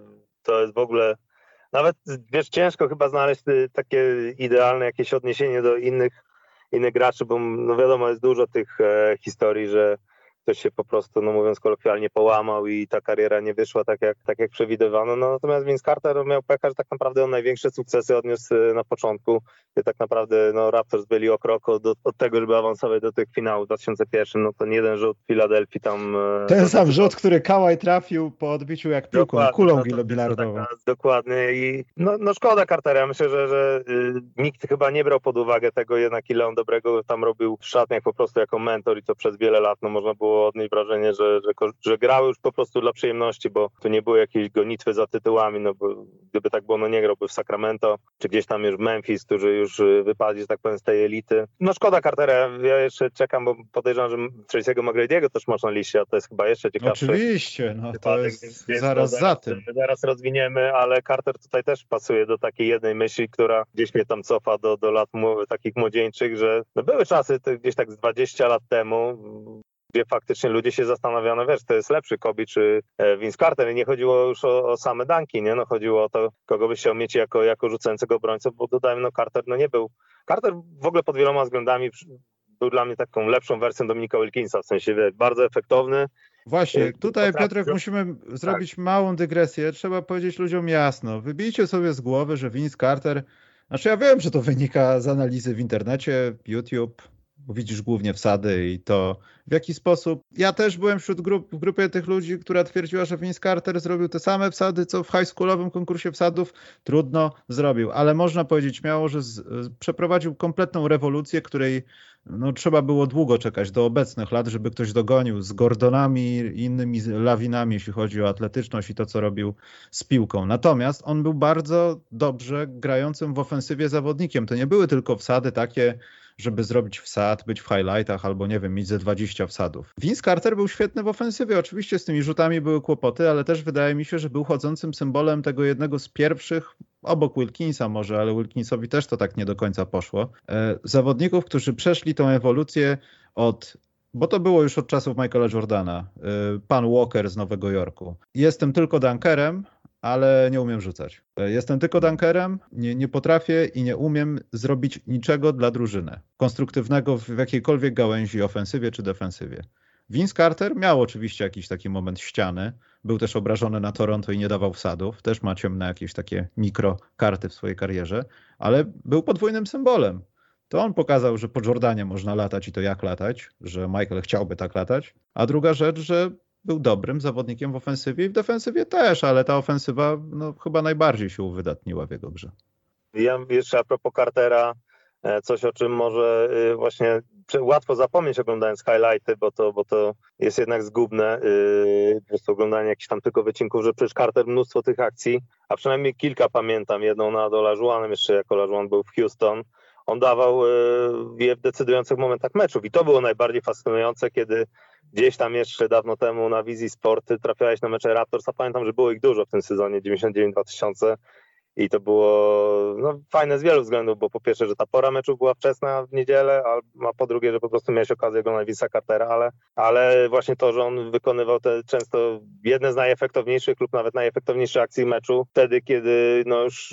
to jest w ogóle... Nawet wiesz, ciężko chyba znaleźć takie idealne jakieś odniesienie do innych, innych graczy, bo no wiadomo, jest dużo tych e, historii, że ktoś się po prostu, no mówiąc kolokwialnie, połamał i ta kariera nie wyszła tak jak, tak jak przewidywano. No, natomiast Vince Carter miał pecha, że tak naprawdę on największe sukcesy odniósł na początku. I tak naprawdę no, Raptors byli o krok od, od tego, żeby awansować do tych finałów w dwa tysiące pierwszym. No ten jeden rzut w Filadelfii tam... Ten no, sam rzut, który Kawhi trafił po odbiciu jak piłką, kulą no, bilardową. Dokładnie i no, no szkoda Cartera. Myślę, że, że y, nikt chyba nie brał pod uwagę tego jednak, ile on dobrego tam robił w szatniach po prostu jako mentor i to przez wiele lat no, można było odnieść wrażenie, że, że, że grały już po prostu dla przyjemności, bo to nie były jakieś gonitwy za tytułami, no bo gdyby tak było, no nie grałby w Sacramento, czy gdzieś tam już w Memphis, którzy już wypadli, że tak powiem, z tej elity. No szkoda Cartera, ja jeszcze czekam, bo podejrzewam, że Tracy'ego McGrady'ego też masz na liście, a to jest chyba jeszcze ciekawsze. Oczywiście, no to jest więc, więc zaraz to zaraz za tym. Zaraz rozwiniemy, ale Carter tutaj też pasuje do takiej jednej myśli, która gdzieś mnie tam cofa do, do lat takich młodzieńczych, że no były czasy gdzieś tak z dwadzieścia lat temu, gdzie faktycznie ludzie się zastanawiano, wiesz, to jest lepszy Kobe czy Vince Carter i nie chodziło już o, o same danki, nie? No chodziło o to, kogo byś chciał mieć jako, jako rzucającego obrońcę, bo dodajmy, no Carter no nie był, Carter w ogóle pod wieloma względami był dla mnie taką lepszą wersją Dominika Wilkinsa, w sensie wie, bardzo efektowny. Właśnie, tutaj Piotrek musimy zrobić tak. małą dygresję, trzeba powiedzieć ludziom jasno, wybijcie sobie z głowy, że Vince Carter, znaczy ja wiem, że to wynika z analizy w internecie, YouTube, bo widzisz głównie wsady i to w jaki sposób. Ja też byłem wśród grup, w grupie tych ludzi, która twierdziła, że Vince Carter zrobił te same wsady, co w high schoolowym konkursie wsadów. Trudno zrobił, ale można powiedzieć śmiało, że z, z, przeprowadził kompletną rewolucję, której no, trzeba było długo czekać do obecnych lat, żeby ktoś dogonił z Gordonami i innymi lawinami, jeśli chodzi o atletyczność i to, co robił z piłką. Natomiast on był bardzo dobrze grającym w ofensywie zawodnikiem. To nie były tylko wsady takie, żeby zrobić wsad, być w highlightach albo nie wiem, mieć ze dwadzieścia wsadów. Vince Carter był świetny w ofensywie, oczywiście z tymi rzutami były kłopoty, ale też wydaje mi się, że był chodzącym symbolem tego jednego z pierwszych, obok Wilkinsa może, ale Wilkinsowi też to tak nie do końca poszło, zawodników, którzy przeszli tą ewolucję od, bo to było już od czasów Michaela Jordana, pan Walker z Nowego Jorku. Jestem tylko dunkerem, ale nie umiem rzucać. Jestem tylko dunkerem, nie, nie potrafię i nie umiem zrobić niczego dla drużyny konstruktywnego w jakiejkolwiek gałęzi, ofensywie czy defensywie. Vince Carter miał oczywiście jakiś taki moment ściany, był też obrażony na Toronto i nie dawał wsadów, też ma ciemne jakieś takie mikrokarty w swojej karierze, ale był podwójnym symbolem. To on pokazał, że po Jordanie można latać i to jak latać, że Michael chciałby tak latać, a druga rzecz, że był dobrym zawodnikiem w ofensywie i w defensywie też, ale ta ofensywa no, chyba najbardziej się uwydatniła w jego grze. Ja jeszcze a propos Cartera, coś o czym może właśnie łatwo zapomnieć oglądając highlighty, bo to, bo to jest jednak zgubne, po prostu oglądanie jakichś tam tylko wycinków, że przecież Carter mnóstwo tych akcji, a przynajmniej kilka pamiętam, jedną nad Olajuwonem jeszcze jak Olajuwon był w Houston, on dawał je w decydujących momentach meczów i to było najbardziej fascynujące, kiedy gdzieś tam jeszcze dawno temu na wizji sporty trafiałeś na mecze Raptors, a pamiętam, że było ich dużo w tym sezonie dziewięćdziesiąt dziewięć dwa tysiące i to było no, fajne z wielu względów, bo po pierwsze, że ta pora meczów była wczesna w niedzielę, a po drugie, że po prostu miałeś okazję oglądać Vince'a Cartera, ale, ale właśnie to, że on wykonywał te często jedne z najefektowniejszych lub nawet najefektowniejszych akcji meczu wtedy, kiedy no już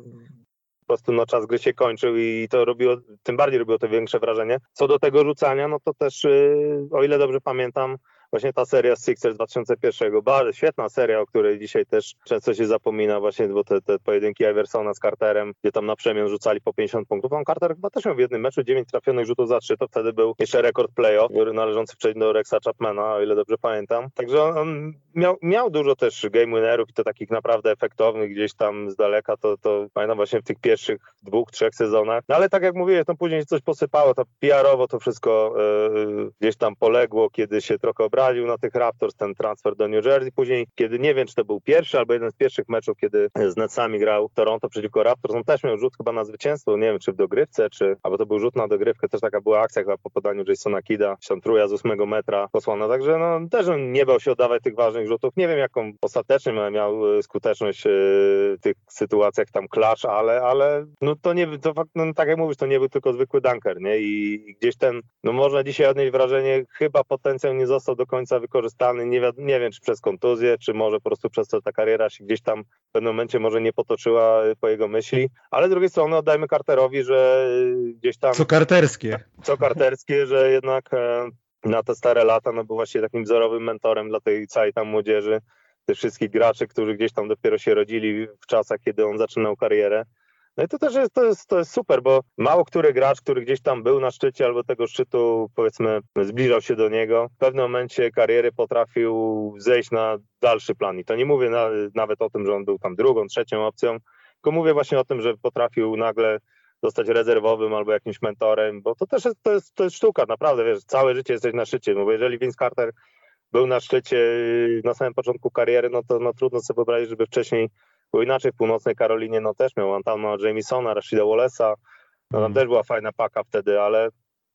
po prostu no, czas gry się kończył i to robiło, tym bardziej robiło to większe wrażenie. Co do tego rzucania, no to też, yy, o ile dobrze pamiętam, właśnie ta seria z Sixers dwa tysiące jeden, bardzo świetna seria, o której dzisiaj też często się zapomina właśnie, bo te, te pojedynki Iversona z Carterem, gdzie tam na przemian rzucali po pięćdziesiąt punktów. On Carter chyba też miał w jednym meczu dziewięć trafionych rzutów za trzy, to wtedy był jeszcze rekord playoff, należący wcześniej do Rexa Chapmana, o ile dobrze pamiętam. Także on miał, miał dużo też game winnerów i to takich naprawdę efektownych gdzieś tam z daleka, to, to pamiętam właśnie w tych pierwszych dwóch, trzech sezonach. No ale tak jak mówiłeś, no później się coś posypało, to P R-owo to wszystko yy, gdzieś tam poległo, kiedy się trochę obraził na tych Raptors, ten transfer do New Jersey. Później, kiedy nie wiem, czy to był pierwszy albo jeden z pierwszych meczów, kiedy z Netsami grał Toronto przeciwko Raptors, on też miał rzut chyba na zwycięstwo, nie wiem, czy w dogrywce, czy, albo to był rzut na dogrywkę, też taka była akcja chyba po podaniu Jasona Kidda, się truja z ósmego metra posłana, także no też on nie bał się oddawać tych ważnych rzutów. Nie wiem, jaką ostatecznie miał skuteczność w tych sytuacjach tam clutch, ale, ale no to nie, to fakt, no tak jak mówisz, to nie był tylko zwykły dunker, nie? I, i gdzieś ten, no można dzisiaj odnieść wrażenie, chyba potencjał nie został do końca wykorzystany, nie, wi- nie wiem, czy przez kontuzję, czy może po prostu przez to ta kariera się gdzieś tam w pewnym momencie może nie potoczyła po jego myśli, ale z drugiej strony oddajmy Carterowi, że gdzieś tam... Co karterskie. Co karterskie, że jednak na te stare lata no był właśnie takim wzorowym mentorem dla tej całej tam młodzieży, tych wszystkich graczy, którzy gdzieś tam dopiero się rodzili w czasach, kiedy on zaczynał karierę. No i to też jest, to jest, to jest super, bo mało który gracz, który gdzieś tam był na szczycie albo tego szczytu, powiedzmy, zbliżał się do niego, w pewnym momencie kariery potrafił zejść na dalszy plan. I to nie mówię na, nawet o tym, że on był tam drugą, trzecią opcją, tylko mówię właśnie o tym, że potrafił nagle zostać rezerwowym albo jakimś mentorem, bo to też jest, to jest, to jest sztuka, naprawdę, wiesz, całe życie jesteś na szczycie, no bo jeżeli Vince Carter był na szczycie na samym początku kariery, no to no, trudno sobie wyobrazić, żeby wcześniej było inaczej. W północnej Karolinie no też miał Antona Jamisona, Rashida Wallace'a, no tam mm. też była fajna paka wtedy, ale,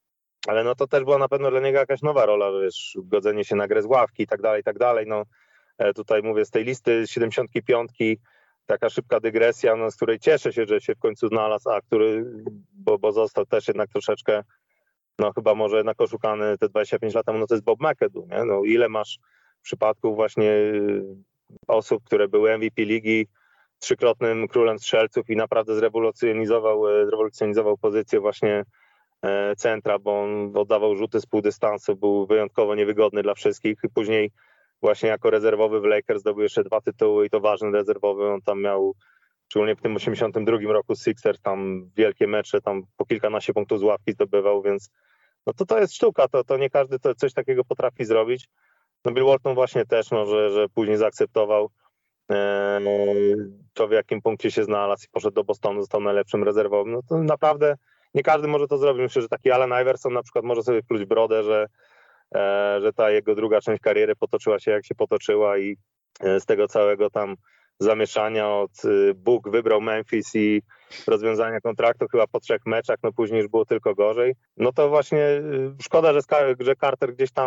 ale no to też była na pewno dla niego jakaś nowa rola, wiesz, godzenie się na grę z ławki i tak dalej, i tak dalej. No tutaj mówię z tej listy siedemdziesiątej piątej, taka szybka dygresja, no, z której cieszę się, że się w końcu znalazł, a który, bo, bo został też jednak troszeczkę, no chyba może jednak oszukany te dwadzieścia pięć lat temu, no to jest Bob McAdoo, nie? No ile masz przypadków właśnie osób, które były M V P ligi, trzykrotnym królem strzelców i naprawdę zrewolucjonizował, zrewolucjonizował pozycję właśnie centra, bo on oddawał rzuty z pół dystansu, był wyjątkowo niewygodny dla wszystkich i później właśnie jako rezerwowy w Lakers zdobył jeszcze dwa tytuły i to ważny rezerwowy, on tam miał szczególnie w tym osiemdziesiątym drugim roku Sixers, tam wielkie mecze, tam po kilkanaście punktów z ławki zdobywał, więc no to to jest sztuka, to, to nie każdy to coś takiego potrafi zrobić. No Bill Walton właśnie też, no, że, że później zaakceptował e, to, w jakim punkcie się znalazł i poszedł do Bostonu, został najlepszym rezerwowym. No to naprawdę nie każdy może to zrobić. Myślę, że taki Allen Iverson na przykład może sobie pluć brodę, że, e, że ta jego druga część kariery potoczyła się jak się potoczyła i e, z tego całego tam zamieszania od Bóg wybrał Memphis i rozwiązania kontraktu chyba po trzech meczach, no później już było tylko gorzej. No to właśnie szkoda, że, że Carter gdzieś tam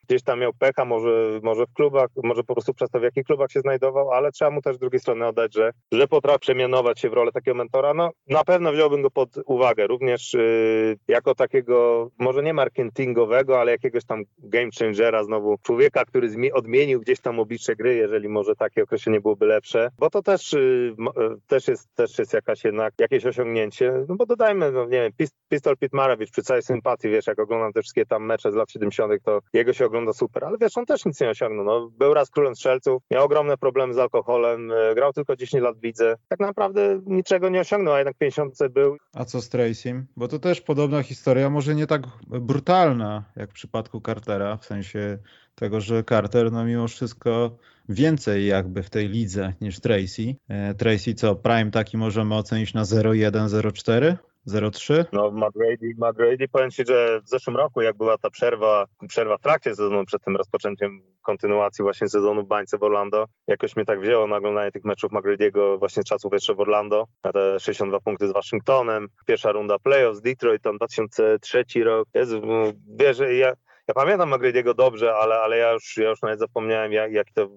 gdzieś tam miał pecha, może, może w klubach, może po prostu przez to, w jakich klubach się znajdował, ale trzeba mu też z drugiej strony oddać, że, że potrafi przemianować się w rolę takiego mentora. No na pewno wziąłbym go pod uwagę, również yy, jako takiego, może nie marketingowego, ale jakiegoś tam game changera, znowu człowieka, który zmi- odmienił gdzieś tam oblicze gry, jeżeli może takie określenie byłoby lepsze, bo to też, yy, też, jest, też jest jakaś jednak, jakieś osiągnięcie, no bo dodajmy, no nie wiem, Pistol Pete Maravich, przy całej sympatii, wiesz, jak oglądam te wszystkie tam mecze z lat siedemdziesiątych, to jego się ogląda super, ale wiesz, on też nic nie osiągnął, no, był raz królem strzelców, miał ogromne problemy z alkoholem, grał tylko dziesięć lat w lidze, tak naprawdę niczego nie osiągnął, a jednak w pięćdziesiątce był. A co z Tracym? Bo to też podobna historia, może nie tak brutalna jak w przypadku Cartera, w sensie tego, że Carter no mimo wszystko więcej jakby w tej lidze niż Tracy. E, Tracy co, prime taki możemy ocenić na zero jeden, zero cztery? zero trzy? No McGrady, McGrady, powiem Ci, że w zeszłym roku, jak była ta przerwa, przerwa w trakcie sezonu, przed tym rozpoczęciem kontynuacji właśnie sezonu w bańce w Orlando, jakoś mnie tak wzięło na oglądanie tych meczów McGrady'ego właśnie z czasów jeszcze w Orlando, na te sześćdziesiąt dwa punkty z Waszyngtonem, pierwsza runda playoffs z Detroit, tam dwa tysiące trzeci rok. Jezu, wiesz, ja, ja pamiętam McGrady'ego dobrze, ale, ale ja, już, ja już nawet zapomniałem, jak, jak to...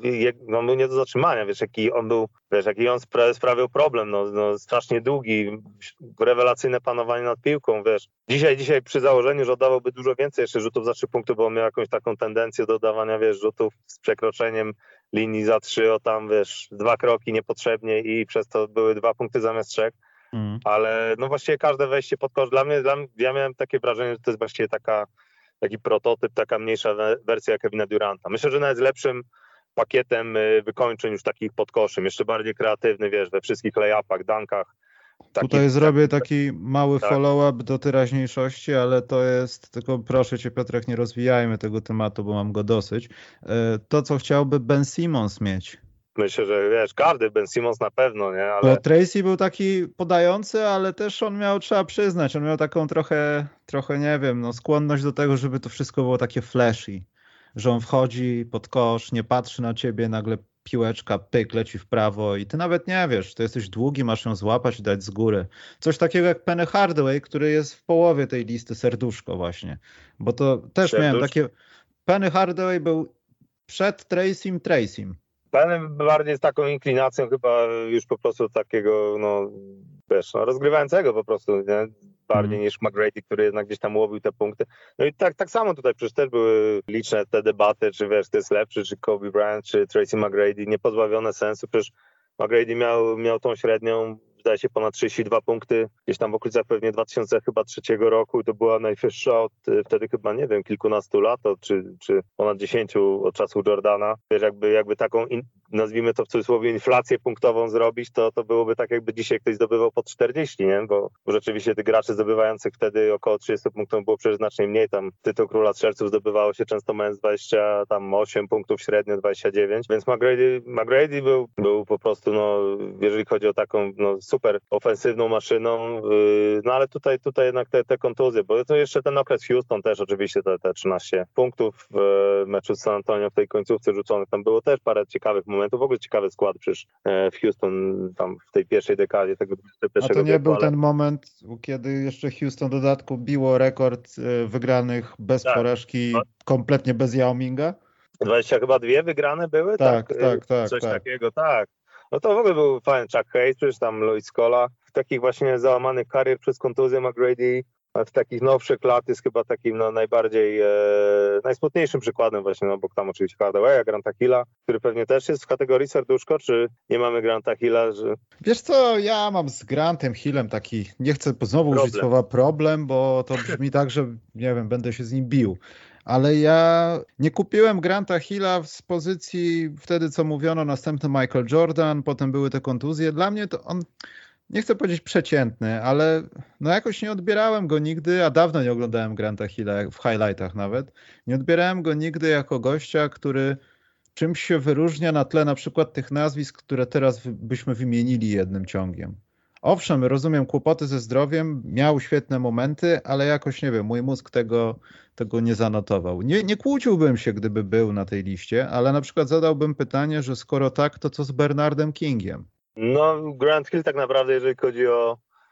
On był nie do zatrzymania, wiesz, jaki on był, wiesz, jaki on spra- sprawiał problem, no, no strasznie długi, rewelacyjne panowanie nad piłką, wiesz. Dzisiaj, dzisiaj przy założeniu, że oddawałby dużo więcej jeszcze rzutów za trzy punkty, bo on miał jakąś taką tendencję do dawania, wiesz, rzutów z przekroczeniem linii za trzy, o tam, wiesz, dwa kroki niepotrzebnie i przez to były dwa punkty zamiast trzech. Mm. Ale no właściwie każde wejście pod kosz, dla mnie, dla mnie, ja miałem takie wrażenie, że to jest właściwie taka, taki prototyp, taka mniejsza wersja Kevina Duranta. Myślę, że nawet z lepszym pakietem wykończeń już takich pod koszem, jeszcze bardziej kreatywny, wiesz, we wszystkich lay-upach, dunkach. Taki, Tutaj zrobię taki mały tak. follow-up do teraźniejszości, ale to jest, tylko proszę Cię Piotrek, nie rozwijajmy tego tematu, bo mam go dosyć. To, co chciałby Ben Simmons mieć. Myślę, że wiesz, każdy Ben Simmons na pewno, nie? Ale... Bo Tracy był taki podający, ale też on miał, trzeba przyznać, on miał taką trochę, trochę nie wiem, no skłonność do tego, żeby to wszystko było takie flashy. Że on wchodzi pod kosz, nie patrzy na ciebie, nagle piłeczka, pyk, leci w prawo i ty nawet nie wiesz, to jesteś długi, masz ją złapać i dać z góry. Coś takiego jak Penny Hardaway, który jest w połowie tej listy, serduszko właśnie. Bo to też Serduszko. miałem takie... Penny Hardaway był przed Tracym, Tracym. Penny bardziej z taką inklinacją chyba już po prostu takiego, no wiesz, no, rozgrywającego po prostu, nie? Bardziej mm. niż McGrady, który jednak gdzieś tam łowił te punkty. No i tak, tak samo tutaj przecież też były liczne te debaty, czy wiesz, to jest lepszy, czy Kobe Bryant, czy Tracy McGrady, niepozbawione sensu. Przecież McGrady miał, miał tą średnią, zdaje się, ponad trzydzieści dwa punkty, gdzieś tam w okolicach pewnie dwa tysiące trzeciego roku i to była najwyższa od wtedy chyba, nie wiem, kilkunastu lat, czy, czy ponad dziesięciu od czasu Jordana. Wiesz, jakby, jakby taką, in, nazwijmy to w cudzysłowie, inflację punktową zrobić, to, to byłoby tak, jakby dzisiaj ktoś zdobywał po czterdzieści, nie? Bo, bo rzeczywiście tych graczy zdobywających wtedy około trzydziestu punktów było przecież znacznie mniej. Tam tytuł Króla Strzelców zdobywało się często mając dwadzieścia osiem punktów średnio, dwadzieścia dziewięć, więc McGrady, McGrady był, był po prostu, no, jeżeli chodzi o taką, no, super ofensywną maszyną, yy, no ale tutaj, tutaj jednak te, te kontuzje, bo to jeszcze ten okres Houston też oczywiście te, te trzynaście punktów w meczu z San Antonio w tej końcówce rzuconych, tam było też parę ciekawych momentów, w ogóle ciekawy skład przecież w Houston tam w tej pierwszej dekadzie tego dwudziestego pierwszego A to nie wieku, był ale... ten moment, kiedy jeszcze Houston w dodatku biło rekord wygranych bez tak. porażki, kompletnie bez Yao Minga? dwadzieścia chyba dwie wygrane były? Tak, tak, tak. tak Coś tak. takiego, tak. No to w ogóle był fajny Chuck Hayes, przecież tam Louis Scola. W takich właśnie załamanych karier przez kontuzję McGrady, w takich nowszych lat jest chyba takim no, najbardziej, e, najsmutniejszym przykładem właśnie, no bo tam oczywiście Hardawaya, Granta Hilla, który pewnie też jest w kategorii serduszko, czy nie mamy Granta Hilla? Że... Wiesz co, ja mam z Grantem Hillem taki, nie chcę znowu problem. użyć słowa problem, bo to brzmi tak, że nie wiem, będę się z nim bił. Ale ja nie kupiłem Granta Hilla z pozycji wtedy, co mówiono, następny Michael Jordan, potem były te kontuzje. Dla mnie to on, nie chcę powiedzieć przeciętny, ale no jakoś nie odbierałem go nigdy, a dawno nie oglądałem Granta Hilla, w highlightach nawet. Nie odbierałem go nigdy jako gościa, który czymś się wyróżnia na tle na przykład tych nazwisk, które teraz byśmy wymienili jednym ciągiem. Owszem, rozumiem kłopoty ze zdrowiem, miał świetne momenty, ale jakoś, nie wiem, mój mózg tego, tego nie zanotował. Nie, nie kłóciłbym się, gdyby był na tej liście, ale na przykład zadałbym pytanie, że skoro tak, to co z Bernardem Kingiem? No, Grant Hill tak naprawdę, jeżeli chodzi o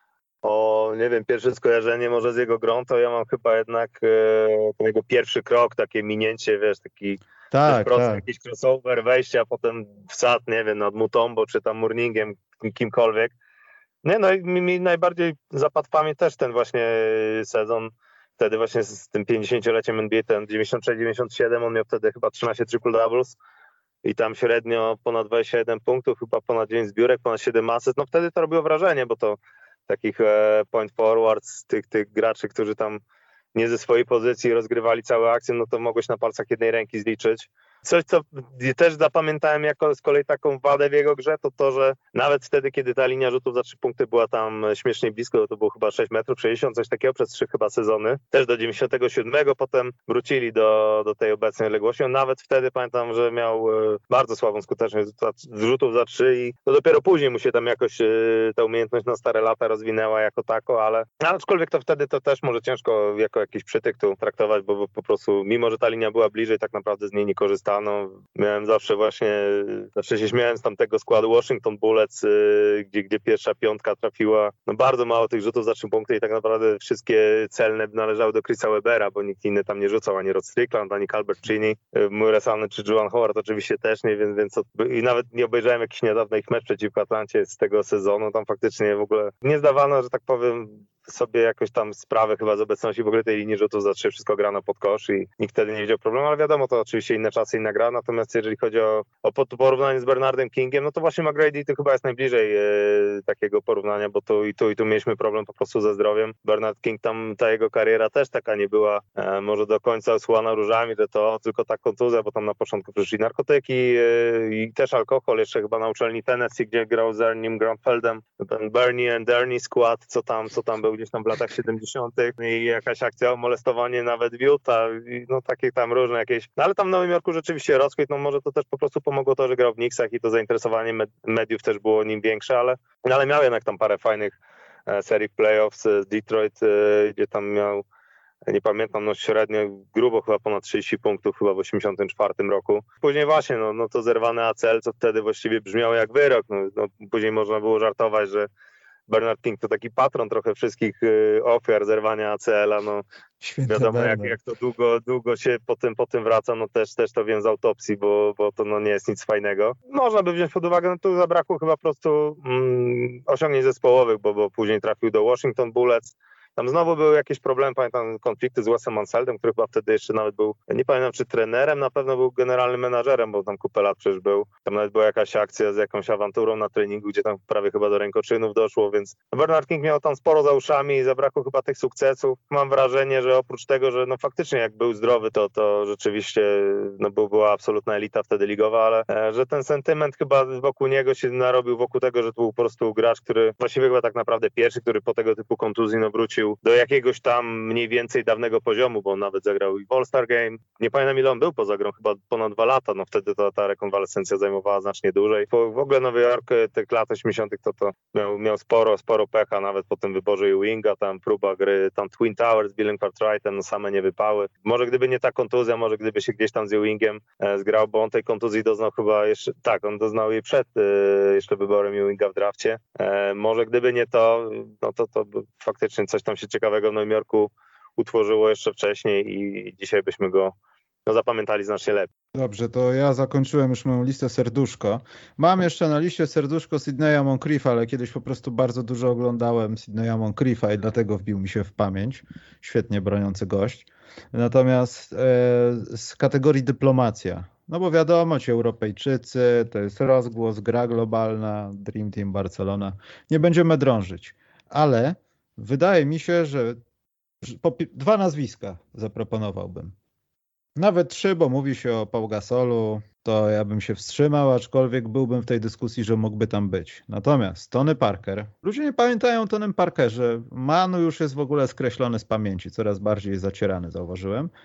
o, nie wiem, pierwsze skojarzenie może z jego grą, to ja mam chyba jednak e, ten jego pierwszy krok, takie minięcie, wiesz, taki Tak, prosty tak. jakiś crossover, wejście, a potem wsad, nie wiem, nad Mutombo czy tam Mourningiem, kimkolwiek. Nie, no i mi, mi najbardziej zapadł w pamięć też ten właśnie sezon, wtedy właśnie z tym pięćdziesięcioleciem N B A, ten dziewięćdziesiąt sześć dziewięćdziesiąt siedem, on miał wtedy chyba trzynaście triple doubles i tam średnio ponad dwadzieścia jeden punktów, chyba ponad dziewięć zbiórek, ponad siedem asyst. No wtedy to robiło wrażenie, bo to takich e, point forwards, tych, tych graczy, którzy tam nie ze swojej pozycji rozgrywali całe akcje, no to mogłeś na palcach jednej ręki zliczyć. Coś, co też zapamiętałem jako z kolei taką wadę w jego grze, to to, że nawet wtedy, kiedy ta linia rzutów za trzy punkty była tam śmiesznie blisko, to było chyba sześć metrów sześćdziesiąt, coś takiego przez trzy chyba sezony, też do dziewięćdziesiątego siódmego, potem wrócili do, do tej obecnej odległości. On nawet wtedy pamiętam, że miał bardzo słabą skuteczność rzutów za trzy i to dopiero później mu się tam jakoś ta umiejętność na stare lata rozwinęła jako tako, ale aczkolwiek to wtedy to też może ciężko jako jakiś przytyk tu traktować, bo po prostu mimo, że ta linia była bliżej, tak naprawdę z niej nie korzystano. Miałem zawsze właśnie, zawsze się śmiałem z tamtego składu Washington Bullets, yy, gdzie, gdzie pierwsza piątka trafiła, no bardzo mało tych rzutów za trzy punkty i tak naprawdę wszystkie celne należały do Chrisa Webera, bo nikt inny tam nie rzucał, ani Rod Strickland, ani Calbert Cheney, yy, Muresany czy Juwan Howard oczywiście też nie, więc, więc i nawet nie obejrzałem jakiś niedawno ich mecz przeciwko Atlancie z tego sezonu, tam faktycznie w ogóle nie zdawano, że tak powiem, sobie jakoś tam sprawę chyba z obecności w ogóle tej linii rzutów za trzy, wszystko grano pod kosz i nikt wtedy nie widział problemu, ale wiadomo, to oczywiście inne czasy, inna gra, natomiast jeżeli chodzi o, o porównanie z Bernardem Kingiem, no to właśnie McGrady to chyba jest najbliżej e, takiego porównania, bo tu i tu i tu mieliśmy problem po prostu ze zdrowiem. Bernard King, tam ta jego kariera też taka nie była e, może do końca osłana różami, że to tylko ta kontuzja, bo tam na początku przyszli narkotyki e, i też alkohol, jeszcze chyba na uczelni Tennessee, gdzie grał z Ernie'm Grunfeldem, ten Bernie and Ernie skład, co tam, co tam był gdzieś tam w latach siedemdziesiątych i jakaś akcja o molestowanie nawet w Utah, no takie tam różne jakieś, no ale tam w Nowym Jorku rzeczywiście rozkwit, no może to też po prostu pomogło to, że grał w Knicksach i to zainteresowanie med- mediów też było nim większe, ale, ale miał jednak tam parę fajnych e, serii playoffs z Detroit, e, gdzie tam miał, nie pamiętam, no średnio grubo chyba ponad trzydzieści punktów chyba w osiemdziesiątym czwartym roku. Później właśnie, no, no to zerwane A C L, co wtedy właściwie brzmiało jak wyrok, no, no później można było żartować, że Bernard King to taki patron trochę wszystkich y, ofiar zerwania A C L-a, no Święta wiadomo jak, jak to długo, długo się po tym, po tym wraca, no też, też to wiem z autopsji, bo, bo to no nie jest nic fajnego. Można by wziąć pod uwagę, no tu zabrakło chyba po prostu mm, osiągnięć zespołowych, bo, bo później trafił do Washington Bullets. Tam znowu były jakieś problemy, pamiętam konflikty z Wesem Manseldem, który chyba wtedy jeszcze nawet był, nie pamiętam czy trenerem, na pewno był generalnym menadżerem, bo tam kupę lat przecież był. Tam nawet była jakaś akcja z jakąś awanturą na treningu, gdzie tam prawie chyba do rękoczynów doszło, więc Bernard King miał tam sporo za uszami i zabrakło chyba tych sukcesów. Mam wrażenie, że oprócz tego, że no faktycznie jak był zdrowy, to, to rzeczywiście no był, była absolutna elita wtedy ligowa, ale e, że ten sentyment chyba wokół niego się narobił, wokół tego, że to był po prostu gracz, który właściwie chyba tak naprawdę pierwszy, który po tego typu kontuzji no wrócił do jakiegoś tam mniej więcej dawnego poziomu, bo on nawet zagrał i w All-Star Game. Nie pamiętam ile on był poza grą, chyba ponad dwa lata, no wtedy ta, ta rekonwalescencja zajmowała znacznie dłużej. W ogóle Nowy Jork tych lat osiemdziesiątych to, to miał, miał sporo, sporo pecha, nawet po tym wyborze Ewinga, tam próba gry, tam Twin Towers, Billing Cartwrightem, no same nie wypały. Może gdyby nie ta kontuzja, może gdyby się gdzieś tam z Ewingiem e, zgrał, bo on tej kontuzji doznał chyba jeszcze, tak, on doznał jej przed e, jeszcze wyborem Ewinga w drafcie. E, może gdyby nie to, no to, to faktycznie coś tam się ciekawego w Nowym Jorku utworzyło jeszcze wcześniej i dzisiaj byśmy go no, zapamiętali znacznie lepiej. Dobrze, to ja zakończyłem już moją listę serduszko. Mam jeszcze na liście serduszko Sydneya Moncrieffa, ale kiedyś po prostu bardzo dużo oglądałem Sydneya Moncrieffa i dlatego wbił mi się w pamięć. Świetnie broniący gość. Natomiast e, z kategorii dyplomacja. No bo wiadomo, ci Europejczycy, to jest rozgłos, gra globalna, Dream Team Barcelona. Nie będziemy drążyć, ale wydaje mi się, że dwa nazwiska zaproponowałbym. Nawet trzy, bo mówi się o Pau Gasolu, to ja bym się wstrzymał, aczkolwiek byłbym w tej dyskusji, że mógłby tam być. Natomiast Tony Parker, ludzie nie pamiętają o Tonym Parkerze, Manu już jest w ogóle skreślony z pamięci, coraz bardziej zacierany, zauważyłem,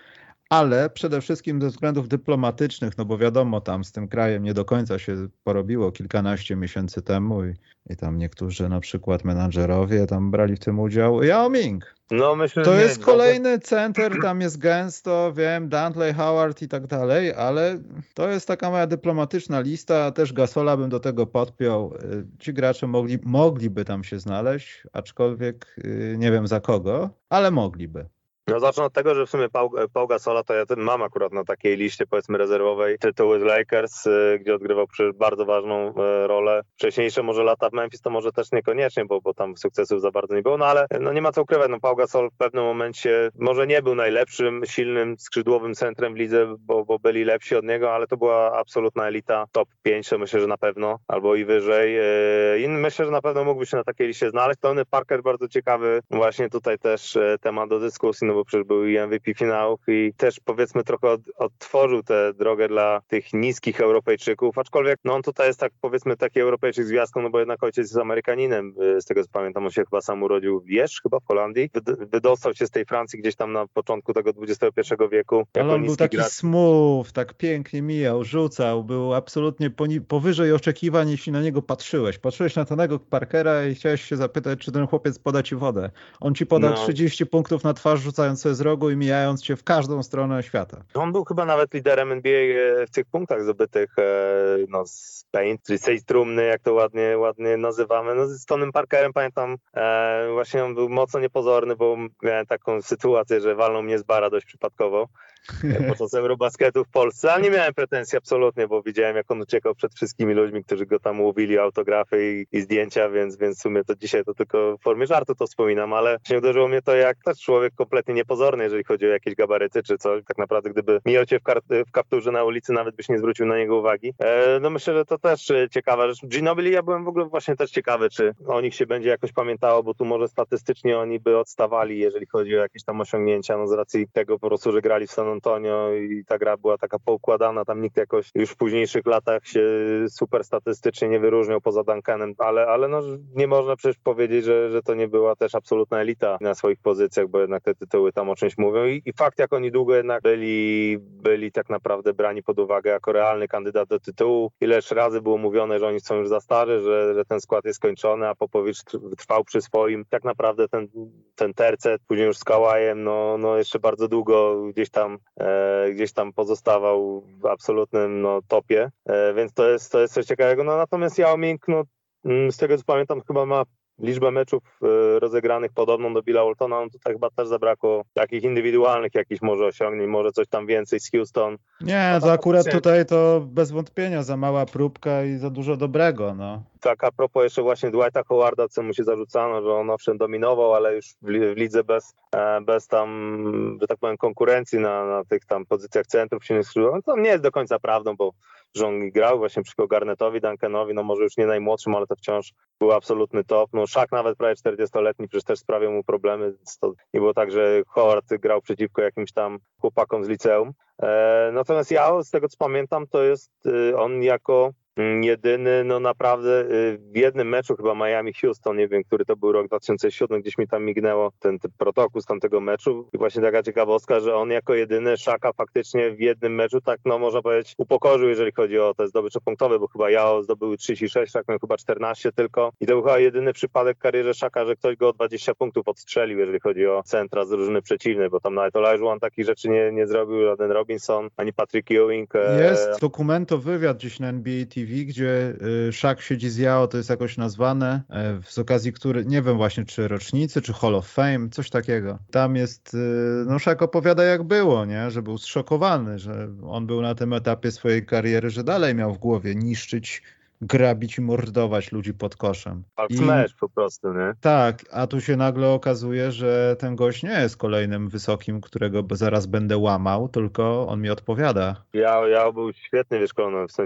ale przede wszystkim ze względów dyplomatycznych, no bo wiadomo, tam z tym krajem nie do końca się porobiło kilkanaście miesięcy temu i, i tam niektórzy na przykład menadżerowie tam brali w tym udział. Yao Ming. No, myślę, To nie, jest nie, kolejny center, tam jest gęsto, wiem, Dantley, Howard i tak dalej, ale to jest taka moja dyplomatyczna lista, też Gasola bym do tego podpiął. Ci gracze mogli, mogliby tam się znaleźć, aczkolwiek nie wiem za kogo, ale mogliby. No zacznę od tego, że w sumie Pau, Pau Gasola to ja ten mam akurat na takiej liście, powiedzmy, rezerwowej tytuły z Lakers, y, gdzie odgrywał przecież bardzo ważną y, rolę. Wcześniejsze może lata w Memphis to może też niekoniecznie, bo, bo tam sukcesów za bardzo nie było, no ale no nie ma co ukrywać, no Pau Gasol w pewnym momencie może nie był najlepszym, silnym, skrzydłowym centrem w lidze, bo, bo byli lepsi od niego, ale to była absolutna elita, top pięć, to myślę, że na pewno, albo i wyżej. Y, I myślę, że na pewno mógłby się na takiej liście znaleźć. Tony Parker bardzo ciekawy, właśnie tutaj też y, temat do dyskusji, no bo przecież był i M V P finałów i też powiedzmy trochę od, odtworzył tę drogę dla tych niskich Europejczyków, aczkolwiek no on tutaj jest tak powiedzmy taki Europejczyk z gwiazdką, no bo jednak ojciec jest Amerykaninem, z tego co pamiętam, on się chyba sam urodził w Wierzch, chyba w Holandii, wydostał się z tej Francji gdzieś tam na początku tego dwudziestego pierwszego wieku. Ale on był taki gracz. smooth, tak pięknie mijał, rzucał, był absolutnie poni- powyżej oczekiwań, jeśli na niego patrzyłeś. Patrzyłeś na Tonego Parkera i chciałeś się zapytać, czy ten chłopiec poda ci wodę. On ci podał no. trzydzieści punktów na twarz, rzucając sobie z rogu i mijając cię w każdą stronę świata. On był chyba nawet liderem N B A w tych punktach zdobytych no, z paint, czyli z tej trumny, jak to ładnie, ładnie nazywamy. No, z Tonym Parkerem pamiętam, e, właśnie on był mocno niepozorny, bo miałem taką sytuację, że walnął mnie z bara dość przypadkowo podczas Eurobasketu w Polsce, ale nie miałem pretensji absolutnie, bo widziałem, jak on uciekał przed wszystkimi ludźmi, którzy go tam łowili, autografy i, i zdjęcia, więc, więc w sumie to dzisiaj to tylko w formie żartu to wspominam, ale się uderzyło mnie to, jak też człowiek kompletnie niepozorny, jeżeli chodzi o jakieś gabaryty czy coś. Tak naprawdę, gdyby mijał cię w, kar- w kapturze na ulicy, nawet byś nie zwrócił na niego uwagi. E, no myślę, że to też ciekawa rzecz. Ginobili, ja byłem w ogóle właśnie też ciekawy, czy o nich się będzie jakoś pamiętało, bo tu może statystycznie oni by odstawali, jeżeli chodzi o jakieś tam osiągnięcia, no z racji tego po prostu, że grali w San Antonio i ta gra była taka poukładana, tam nikt jakoś już w późniejszych latach się super statystycznie nie wyróżniał poza Duncanem, ale, ale no nie można przecież powiedzieć, że, że to nie była też absolutna elita na swoich pozycjach, bo jednak te tytuły tam o czymś mówią i, i fakt, jak oni długo jednak byli, byli tak naprawdę brani pod uwagę jako realny kandydat do tytułu. Ileż razy było mówione, że oni są już za starzy, że, że ten skład jest skończony, a Popowicz trwał przy swoim. Tak naprawdę ten, ten tercet, później już z Kałajem, no, no jeszcze bardzo długo gdzieś tam e, gdzieś tam pozostawał w absolutnym no, topie, e, więc to jest, to jest coś ciekawego. No, natomiast Yao Ming, no, z tego co pamiętam, chyba ma liczbę meczów y, rozegranych podobną do Billa Waltona, no tutaj chyba też zabrakło takich indywidualnych jakichś może osiągnięć, może coś tam więcej z Houston. Nie, no to akurat się... tutaj to bez wątpienia za mała próbka i za dużo dobrego, no. Tak, a propos jeszcze właśnie Dwighta Howarda, co mu się zarzucano, że on owszem dominował, ale już w, w lidze bez, e, bez tam, że tak powiem, konkurencji na, na tych tam pozycjach centrów się nie skrzydłowych. To nie jest do końca prawdą, bo że on grał właśnie przeciwko Garnetowi, Duncanowi, no może już nie najmłodszym, ale to wciąż był absolutny top. No Shaq nawet prawie czterdziestoletni przecież też sprawiał mu problemy. To nie było tak, że Howard grał przeciwko jakimś tam chłopakom z liceum. E, natomiast ja, z tego co pamiętam, to jest y, on jako jedyny, no naprawdę w jednym meczu chyba Miami-Houston, nie wiem, który to był rok dwa tysiące siódmy, gdzieś mi tam mignęło ten, ten protokół z tamtego meczu i właśnie taka ciekawostka, że on jako jedyny Shaka faktycznie w jednym meczu tak, no można powiedzieć, upokorzył, jeżeli chodzi o te zdobycze punktowe, bo chyba Yao zdobył trzydzieści sześć, Shaq miał chyba czternaście tylko i to był chyba jedyny przypadek w karierze Shaka, że ktoś go o dwadzieścia punktów odstrzelił, jeżeli chodzi o centra z drużyny przeciwnej, bo tam nawet Olajuwon takich rzeczy nie, nie zrobił, żaden Robinson, ani Patrick Ewing. Jest dokumentowy wywiad gdzieś na N B A T V, gdzie Shaq siedzi z Yao, to jest jakoś nazwane, z okazji który, nie wiem właśnie czy rocznicy, czy Hall of Fame, coś takiego. Tam jest, no Shaq opowiada jak było, nie, że był zszokowany, że on był na tym etapie swojej kariery, że dalej miał w głowie niszczyć, grabić i mordować ludzi pod koszem. I smash po prostu, nie? Tak, a tu się nagle okazuje, że ten gość nie jest kolejnym wysokim, którego zaraz będę łamał, tylko on mi odpowiada. Ja, ja był świetnie wyszkolony, w sensie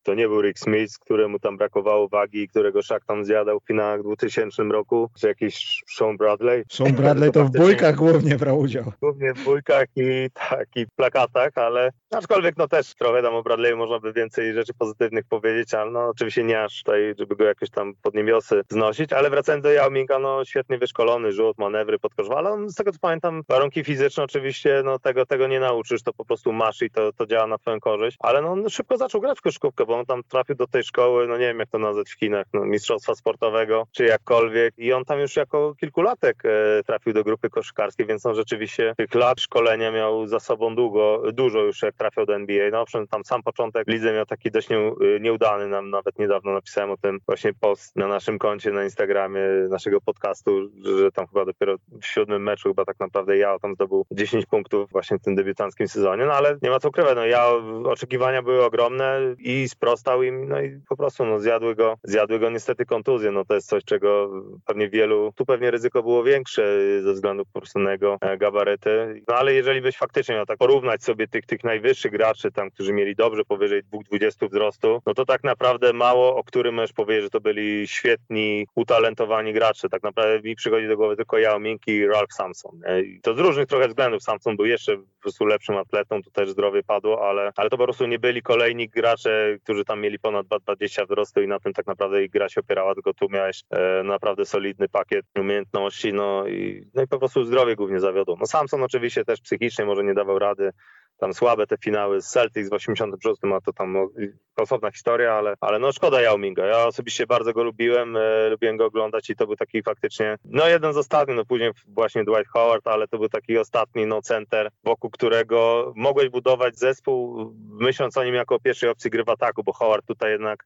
to nie był Rick Smith, któremu tam brakowało wagi i którego Shaq tam zjadał w finałach dwutysięcznym roku, czy jakiś Sean Bradley. Sean Bradley to, to w bójkach głównie brał udział. Głównie w bójkach i tak, i plakatach, ale aczkolwiek no też trochę tam o Bradley'u można by więcej rzeczy pozytywnych powiedzieć, ale no oczywiście nie aż tutaj, żeby go jakoś tam pod niebiosy znosić, ale wracając do Yao Minga, no świetnie wyszkolony, rzut, manewry, podkoszwa, ale on, z tego co pamiętam, warunki fizyczne oczywiście, no tego, tego nie nauczysz, to po prostu masz i to, to działa na twoją korzyść, ale no on szybko zaczął grać w koszykówkę, bo on tam trafił do tej szkoły, no nie wiem jak to nazwać w Chinach, no, mistrzostwa sportowego, czy jakkolwiek i on tam już jako kilkulatek e, trafił do grupy koszykarskiej, więc on rzeczywiście tych lat szkolenia miał za sobą długo, dużo już jak trafiał do N B A. No owszem, tam sam początek w lidze miał taki dość nie, nieudany, nam nawet niedawno napisałem o tym właśnie post na naszym koncie na Instagramie naszego podcastu, że tam chyba dopiero w siódmym meczu chyba tak naprawdę ja tam zdobył dziesięć punktów właśnie w tym debiutanckim sezonie, no ale nie ma co ukrywać, no ja oczekiwania były ogromne i sprostał im, no i po prostu no zjadły go, zjadły go niestety kontuzje, no to jest coś, czego pewnie wielu, tu pewnie ryzyko było większe ze względu po prostu na jego gabaryty, no ale jeżeli byś faktycznie miał tak porównać sobie tych, tych najwyższych graczy tam, którzy mieli dobrze powyżej dwa dwadzieścia wzrostu, no to tak naprawdę mało, o którym możesz powiedzieć, że to byli świetni, utalentowani gracze, tak naprawdę mi przychodzi do głowy tylko Yao Ming i Ralph Sampson. I to z różnych trochę względów, Sampson był jeszcze po prostu lepszym atletą, tu też zdrowie padło, ale, ale to po prostu nie byli kolejni gracze, którzy tam mieli ponad dwa dwadzieścia wzrostu i na tym tak naprawdę ich gra się opierała, tylko tu miałeś e, naprawdę solidny pakiet umiejętności, no i, no i po prostu zdrowie głównie zawiodło. No Sampson oczywiście też psychicznie może nie dawał rady, tam słabe te finały z Celtics w osiemdziesiątym szóstym, a to tam no, osobna historia, ale, ale no szkoda Yao Minga. Ja osobiście bardzo go lubiłem, e, lubiłem go oglądać i to był taki faktycznie, no jeden z ostatnich, no później właśnie Dwight Howard, ale to był taki ostatni no center, wokół którego mogłeś budować zespół, myśląc o nim jako o pierwszej opcji gry w ataku, bo Howard tutaj jednak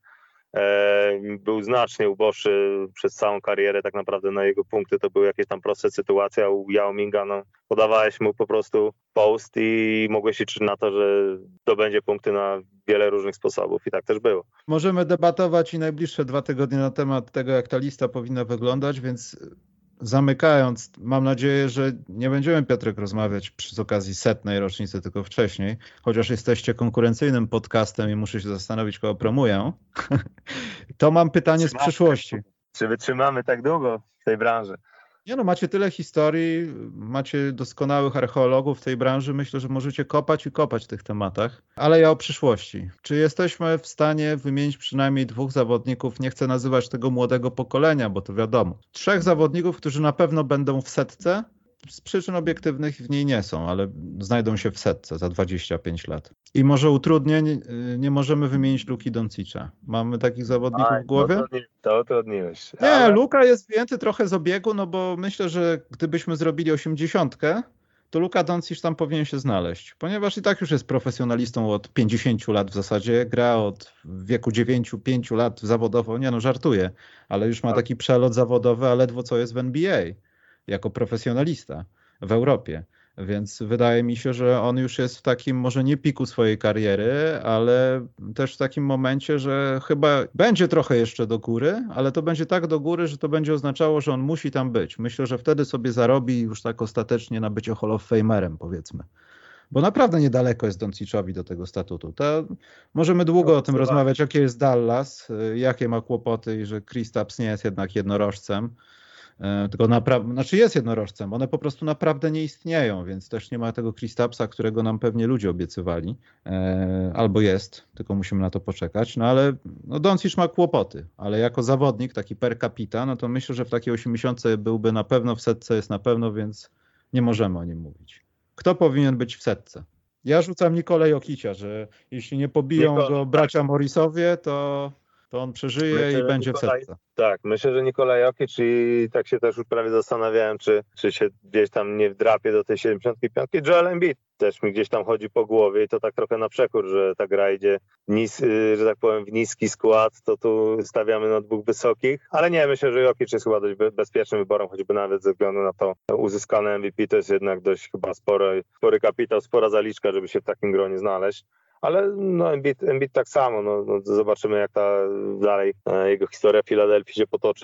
E, był znacznie uboższy przez całą karierę, tak naprawdę na jego punkty to były jakieś tam proste sytuacje, a u Yao Minga no, podawałeś mu po prostu post i mogłeś liczyć na to, że zdobędzie punkty na wiele różnych sposobów i tak też było. Możemy debatować i najbliższe dwa tygodnie na temat tego, jak ta lista powinna wyglądać, więc zamykając, mam nadzieję, że nie będziemy, Piotrek, rozmawiać przy okazji setnej rocznicy, tylko wcześniej, chociaż jesteście konkurencyjnym podcastem i muszę się zastanowić, kogo promuję. To mam pytanie z przyszłości. Czy wytrzymamy tak długo w tej branży? Nie no, macie tyle historii, macie doskonałych archeologów w tej branży, myślę, że możecie kopać i kopać w tych tematach, ale ja o przyszłości. Czy jesteśmy w stanie wymienić przynajmniej dwóch zawodników, nie chcę nazywać tego młodego pokolenia, bo to wiadomo, trzech zawodników, którzy na pewno będą w setce, z przyczyn obiektywnych w niej nie są, ale znajdą się w setce za dwadzieścia pięć lat. I może utrudnień, nie możemy wymienić Luki Doncicza. Mamy takich zawodników Aj, w głowie? To, to utrudniłeś. Nie, ale... Luka jest wyjęty trochę z obiegu, no bo myślę, że gdybyśmy zrobili osiemdziesiątkę, to Luka Doncic tam powinien się znaleźć, ponieważ i tak już jest profesjonalistą od pięćdziesięciu lat w zasadzie, gra od wieku dziewięciu pięciu lat zawodowo, nie no żartuję, ale już ma taki przelot zawodowy, a ledwo co jest w N B A jako profesjonalista w Europie. Więc wydaje mi się, że on już jest w takim, może nie piku swojej kariery, ale też w takim momencie, że chyba będzie trochę jeszcze do góry, ale to będzie tak do góry, że to będzie oznaczało, że on musi tam być. Myślę, że wtedy sobie zarobi już tak ostatecznie na bycie Hall of Famerem, powiedzmy. Bo naprawdę niedaleko jest Donciczowi do tego statutu. To możemy długo no, o tym rozmawiać, jakie jest Dallas, jakie ma kłopoty i że Kristaps nie jest jednak jednorożcem. Tylko naprawdę, znaczy jest jednorożcem, one po prostu naprawdę nie istnieją, więc też nie ma tego Kristapsa, którego nam pewnie ludzie obiecywali, e, albo jest, tylko musimy na to poczekać, no ale no Doncic ma kłopoty, ale jako zawodnik, taki per capita, no to myślę, że w takiej osiemdziesiątce byłby na pewno, w setce jest na pewno, więc nie możemy o nim mówić. Kto powinien być w setce? Ja rzucam Nikolę Jokicia, że jeśli nie pobiją Nikola, go bracia tak. Morrisowie, to... to on przeżyje myślę, i będzie Nikolaj, w setce. Tak, myślę, że Nikola Jokic i tak się też już prawie zastanawiałem, czy, czy się gdzieś tam nie wdrapie do tej siedemdziesiątej piątej. Joel Embiid też mi gdzieś tam chodzi po głowie i to tak trochę na przekór, że ta gra idzie, nis, że tak powiem, w niski skład, to tu stawiamy na dwóch wysokich, ale nie, myślę, że Jokic jest chyba dość bezpiecznym wyborem, choćby nawet ze względu na to uzyskane M V P, to jest jednak dość chyba spory, spory kapitał, spora zaliczka, żeby się w takim gronie znaleźć. Ale no Embiid, Embiid tak samo, no, no zobaczymy jak ta dalej e, jego historia w Filadelfii się potoczy.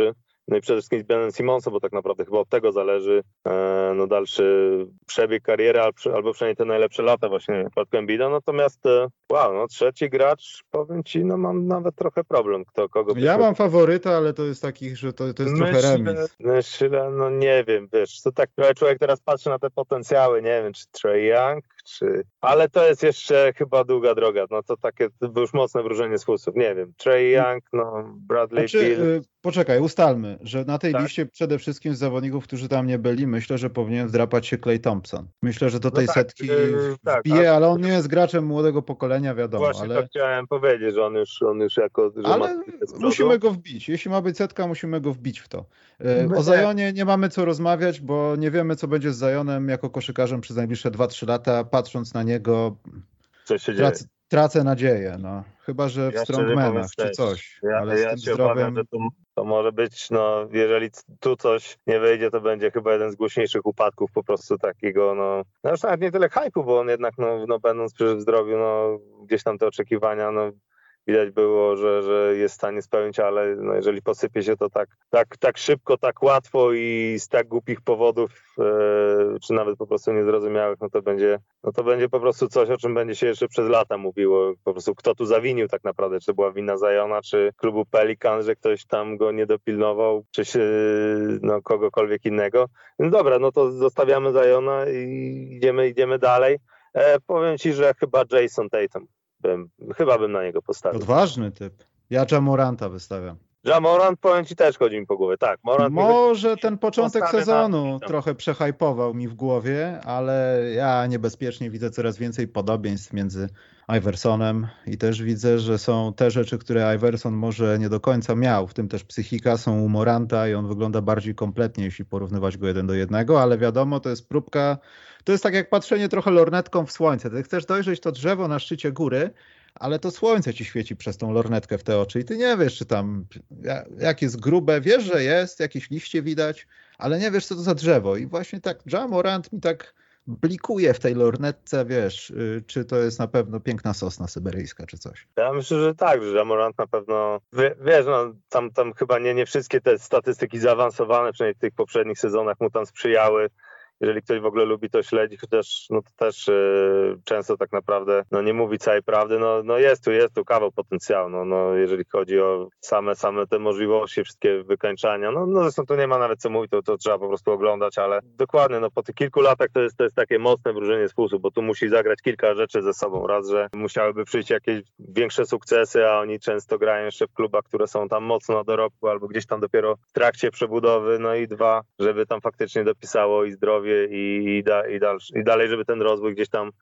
no i przede wszystkim z Benem Simmonsem, bo tak naprawdę chyba od tego zależy e, no dalszy przebieg kariery, albo przynajmniej te najlepsze lata właśnie w przypadku Embida. Natomiast e, wow, no trzeci gracz, powiem ci, no mam nawet trochę problem, kto kogo... Ja mam faworyta, ale to jest takich, że to, to jest myślę, trochę remis. Myślę, no nie wiem, wiesz, to tak człowiek teraz patrzy na te potencjały, nie wiem, czy Trae Young, czy... Ale to jest jeszcze chyba długa droga, no to takie to już mocne wróżenie z fusów, nie wiem, Trae Young, no Bradley znaczy, Beal... y, poczekaj, ustalmy, że na tej tak? liście przede wszystkim z zawodników, którzy tam nie byli, myślę, że powinien wdrapać się Klay Thompson. Myślę, że do tej no tak, setki yy, wbije, tak, ale on nie jest graczem młodego pokolenia, wiadomo. Właśnie ale... to chciałem powiedzieć, że on już, on już jako... Że ale ma musimy go wbić, jeśli ma być setka, musimy go wbić w to. Yy, o Zionie nie mamy co rozmawiać, bo nie wiemy, co będzie z Zionem jako koszykarzem przez najbliższe dwa trzy lata, patrząc na niego... Co się trac- dzieje? Tracę nadzieję, no. Chyba, że w ja strongmanach czy coś. Ja, ale ja z się tym zdrowiem... obawiam, że to, to może być, no jeżeli tu coś nie wyjdzie, to będzie chyba jeden z głośniejszych upadków po prostu takiego, no, no już nawet nie tyle hype'u, bo on jednak, no, no będąc przy zdrowiu, no gdzieś tam te oczekiwania, no widać było, że, że jest w stanie spełnić, ale no, jeżeli posypie się to tak, tak, tak szybko, tak łatwo i z tak głupich powodów, e, czy nawet po prostu niezrozumiałych, no to będzie, no to będzie po prostu coś, o czym będzie się jeszcze przez lata mówiło. Po prostu kto tu zawinił tak naprawdę, czy była wina Ziona, czy klubu Pelican, że ktoś tam go nie dopilnował, czy się, no, kogokolwiek innego. No dobra, no to zostawiamy Ziona i idziemy, idziemy dalej. E, powiem ci, że chyba Jason Tatum. Bym, chyba bym na niego postawił. Odważny typ. Ja Ja Moranta wystawiam. Ja Morant, powiem ci, też chodzi mi po głowie. Tak, Morant może ten początek sezonu na... trochę przehajpował mi w głowie, ale ja niebezpiecznie widzę coraz więcej podobieństw między Iversonem i też widzę, że są te rzeczy, które Iverson może nie do końca miał, w tym też psychika, są u Moranta i on wygląda bardziej kompletnie, jeśli porównywać go jeden do jednego, ale wiadomo, to jest próbka, to jest tak jak patrzenie trochę lornetką w słońce. Ty chcesz dojrzeć to drzewo na szczycie góry, ale to słońce ci świeci przez tą lornetkę w te oczy i ty nie wiesz, czy tam, jak jest grube, wiesz, że jest, jakieś liście widać, ale nie wiesz, co to za drzewo. I właśnie tak Ja Morant mi tak blikuje w tej lornetce, wiesz, czy to jest na pewno piękna sosna syberyjska, czy coś. Ja myślę, że tak, że Ja Morant na pewno, wiesz, no, tam, tam chyba nie, nie wszystkie te statystyki zaawansowane, przynajmniej w tych poprzednich sezonach mu tam sprzyjały. Jeżeli ktoś w ogóle lubi to śledzić, chociaż no to też yy, często tak naprawdę no nie mówi całej prawdy, no, no jest tu, jest tu kawał potencjału, no, no jeżeli chodzi o same, same te możliwości, wszystkie wykańczania, no, no zresztą tu nie ma nawet co mówić, to, to trzeba po prostu oglądać, ale dokładnie, no po tych kilku latach to jest, to jest takie mocne wróżenie z fusów, bo tu musi zagrać kilka rzeczy ze sobą, raz, że musiałyby przyjść jakieś większe sukcesy, a oni często grają jeszcze w klubach, które są tam mocno na dorobku, albo gdzieś tam dopiero w trakcie przebudowy, no i dwa, żeby tam faktycznie dopisało i zdrowie, I, i, da, i, dal, i dalej, żeby ten rozwój gdzieś tam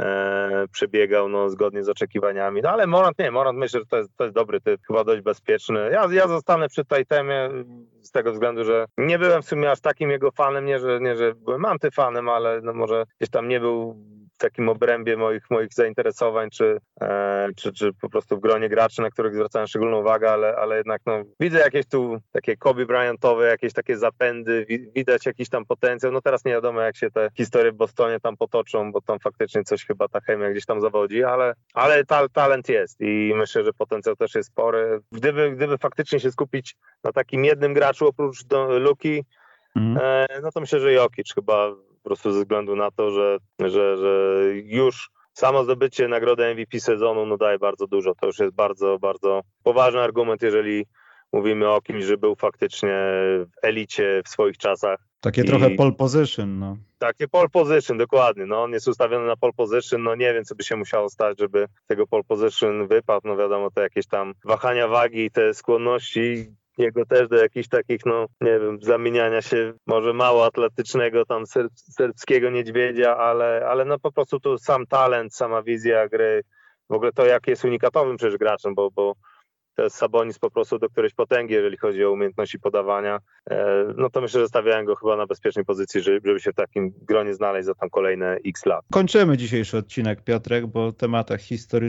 e, przebiegał no, zgodnie z oczekiwaniami. No ale Morant nie, Morant myślę, że to jest, to jest dobry typ, chyba dość bezpieczny. Ja, ja zostanę przy Tatumie z tego względu, że nie byłem w sumie aż takim jego fanem, nie, że, nie, że byłem antyfanem, ale no, może gdzieś tam nie był w takim obrębie moich, moich zainteresowań, czy, e, czy, czy po prostu w gronie graczy, na których zwracałem szczególną uwagę, ale, ale jednak no, widzę jakieś tu takie Kobe Bryantowe, jakieś takie zapędy, wi- widać jakiś tam potencjał. No teraz nie wiadomo, jak się te historie w Bostonie tam potoczą, bo tam faktycznie coś chyba ta chemia gdzieś tam zawodzi, ale, ale ta, talent jest i myślę, że potencjał też jest spory. Gdyby, gdyby faktycznie się skupić na takim jednym graczu oprócz do, Luki, mm. e, no to myślę, że Jokic chyba po prostu ze względu na to, że, że, że już samo zdobycie nagrody M V P sezonu no daje bardzo dużo. To już jest bardzo, bardzo poważny argument, jeżeli mówimy o kimś, że był faktycznie w elicie w swoich czasach. Takie I trochę pole position, no. Takie pole position, dokładnie. No, on jest ustawiony na pole position, no nie wiem, co by się musiało stać, żeby tego pole position wypadł. No wiadomo, to jakieś tam wahania wagi i te skłonności jego też do jakichś takich, no nie wiem, zamieniania się może mało atletycznego tam serb, serbskiego niedźwiedzia, ale, ale no po prostu tu sam talent, sama wizja gry, w ogóle to jak jest unikatowym przecież graczem, bo, bo to jest Sabonis po prostu do którejś potęgi, jeżeli chodzi o umiejętności podawania, no to myślę, że stawiałem go chyba na bezpiecznej pozycji, żeby się w takim gronie znaleźć za tam kolejne x lat. Kończymy dzisiejszy odcinek, Piotrek, bo o tematach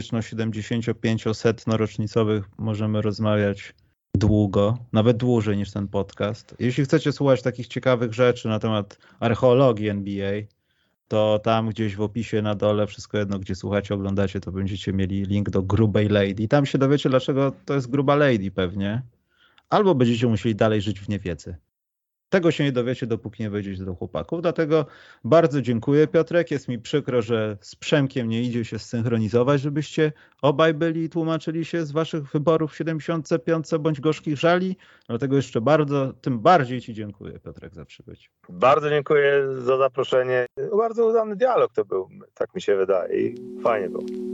historyczno-siedemdziesięciopięciosetnorocznicowych możemy rozmawiać długo, nawet dłużej niż ten podcast. Jeśli chcecie słuchać takich ciekawych rzeczy na temat archeologii N B A, to tam gdzieś w opisie na dole, wszystko jedno gdzie słuchacie, oglądacie, to będziecie mieli link do Grubej Lady. Tam się dowiecie, dlaczego to jest Gruba Lady pewnie, albo będziecie musieli dalej żyć w niewiedzy. Tego się nie dowiecie, dopóki nie wejdziecie do chłopaków. Dlatego bardzo dziękuję, Piotrek. Jest mi przykro, że z Przemkiem nie idzie się zsynchronizować, żebyście obaj byli i tłumaczyli się z waszych wyborów w siedemdziesiątce piątce bądź gorzkich żali. Dlatego jeszcze bardzo, tym bardziej ci dziękuję, Piotrek, za przybycie. Bardzo dziękuję za zaproszenie. Bardzo udany dialog to był, tak mi się wydaje i fajnie było.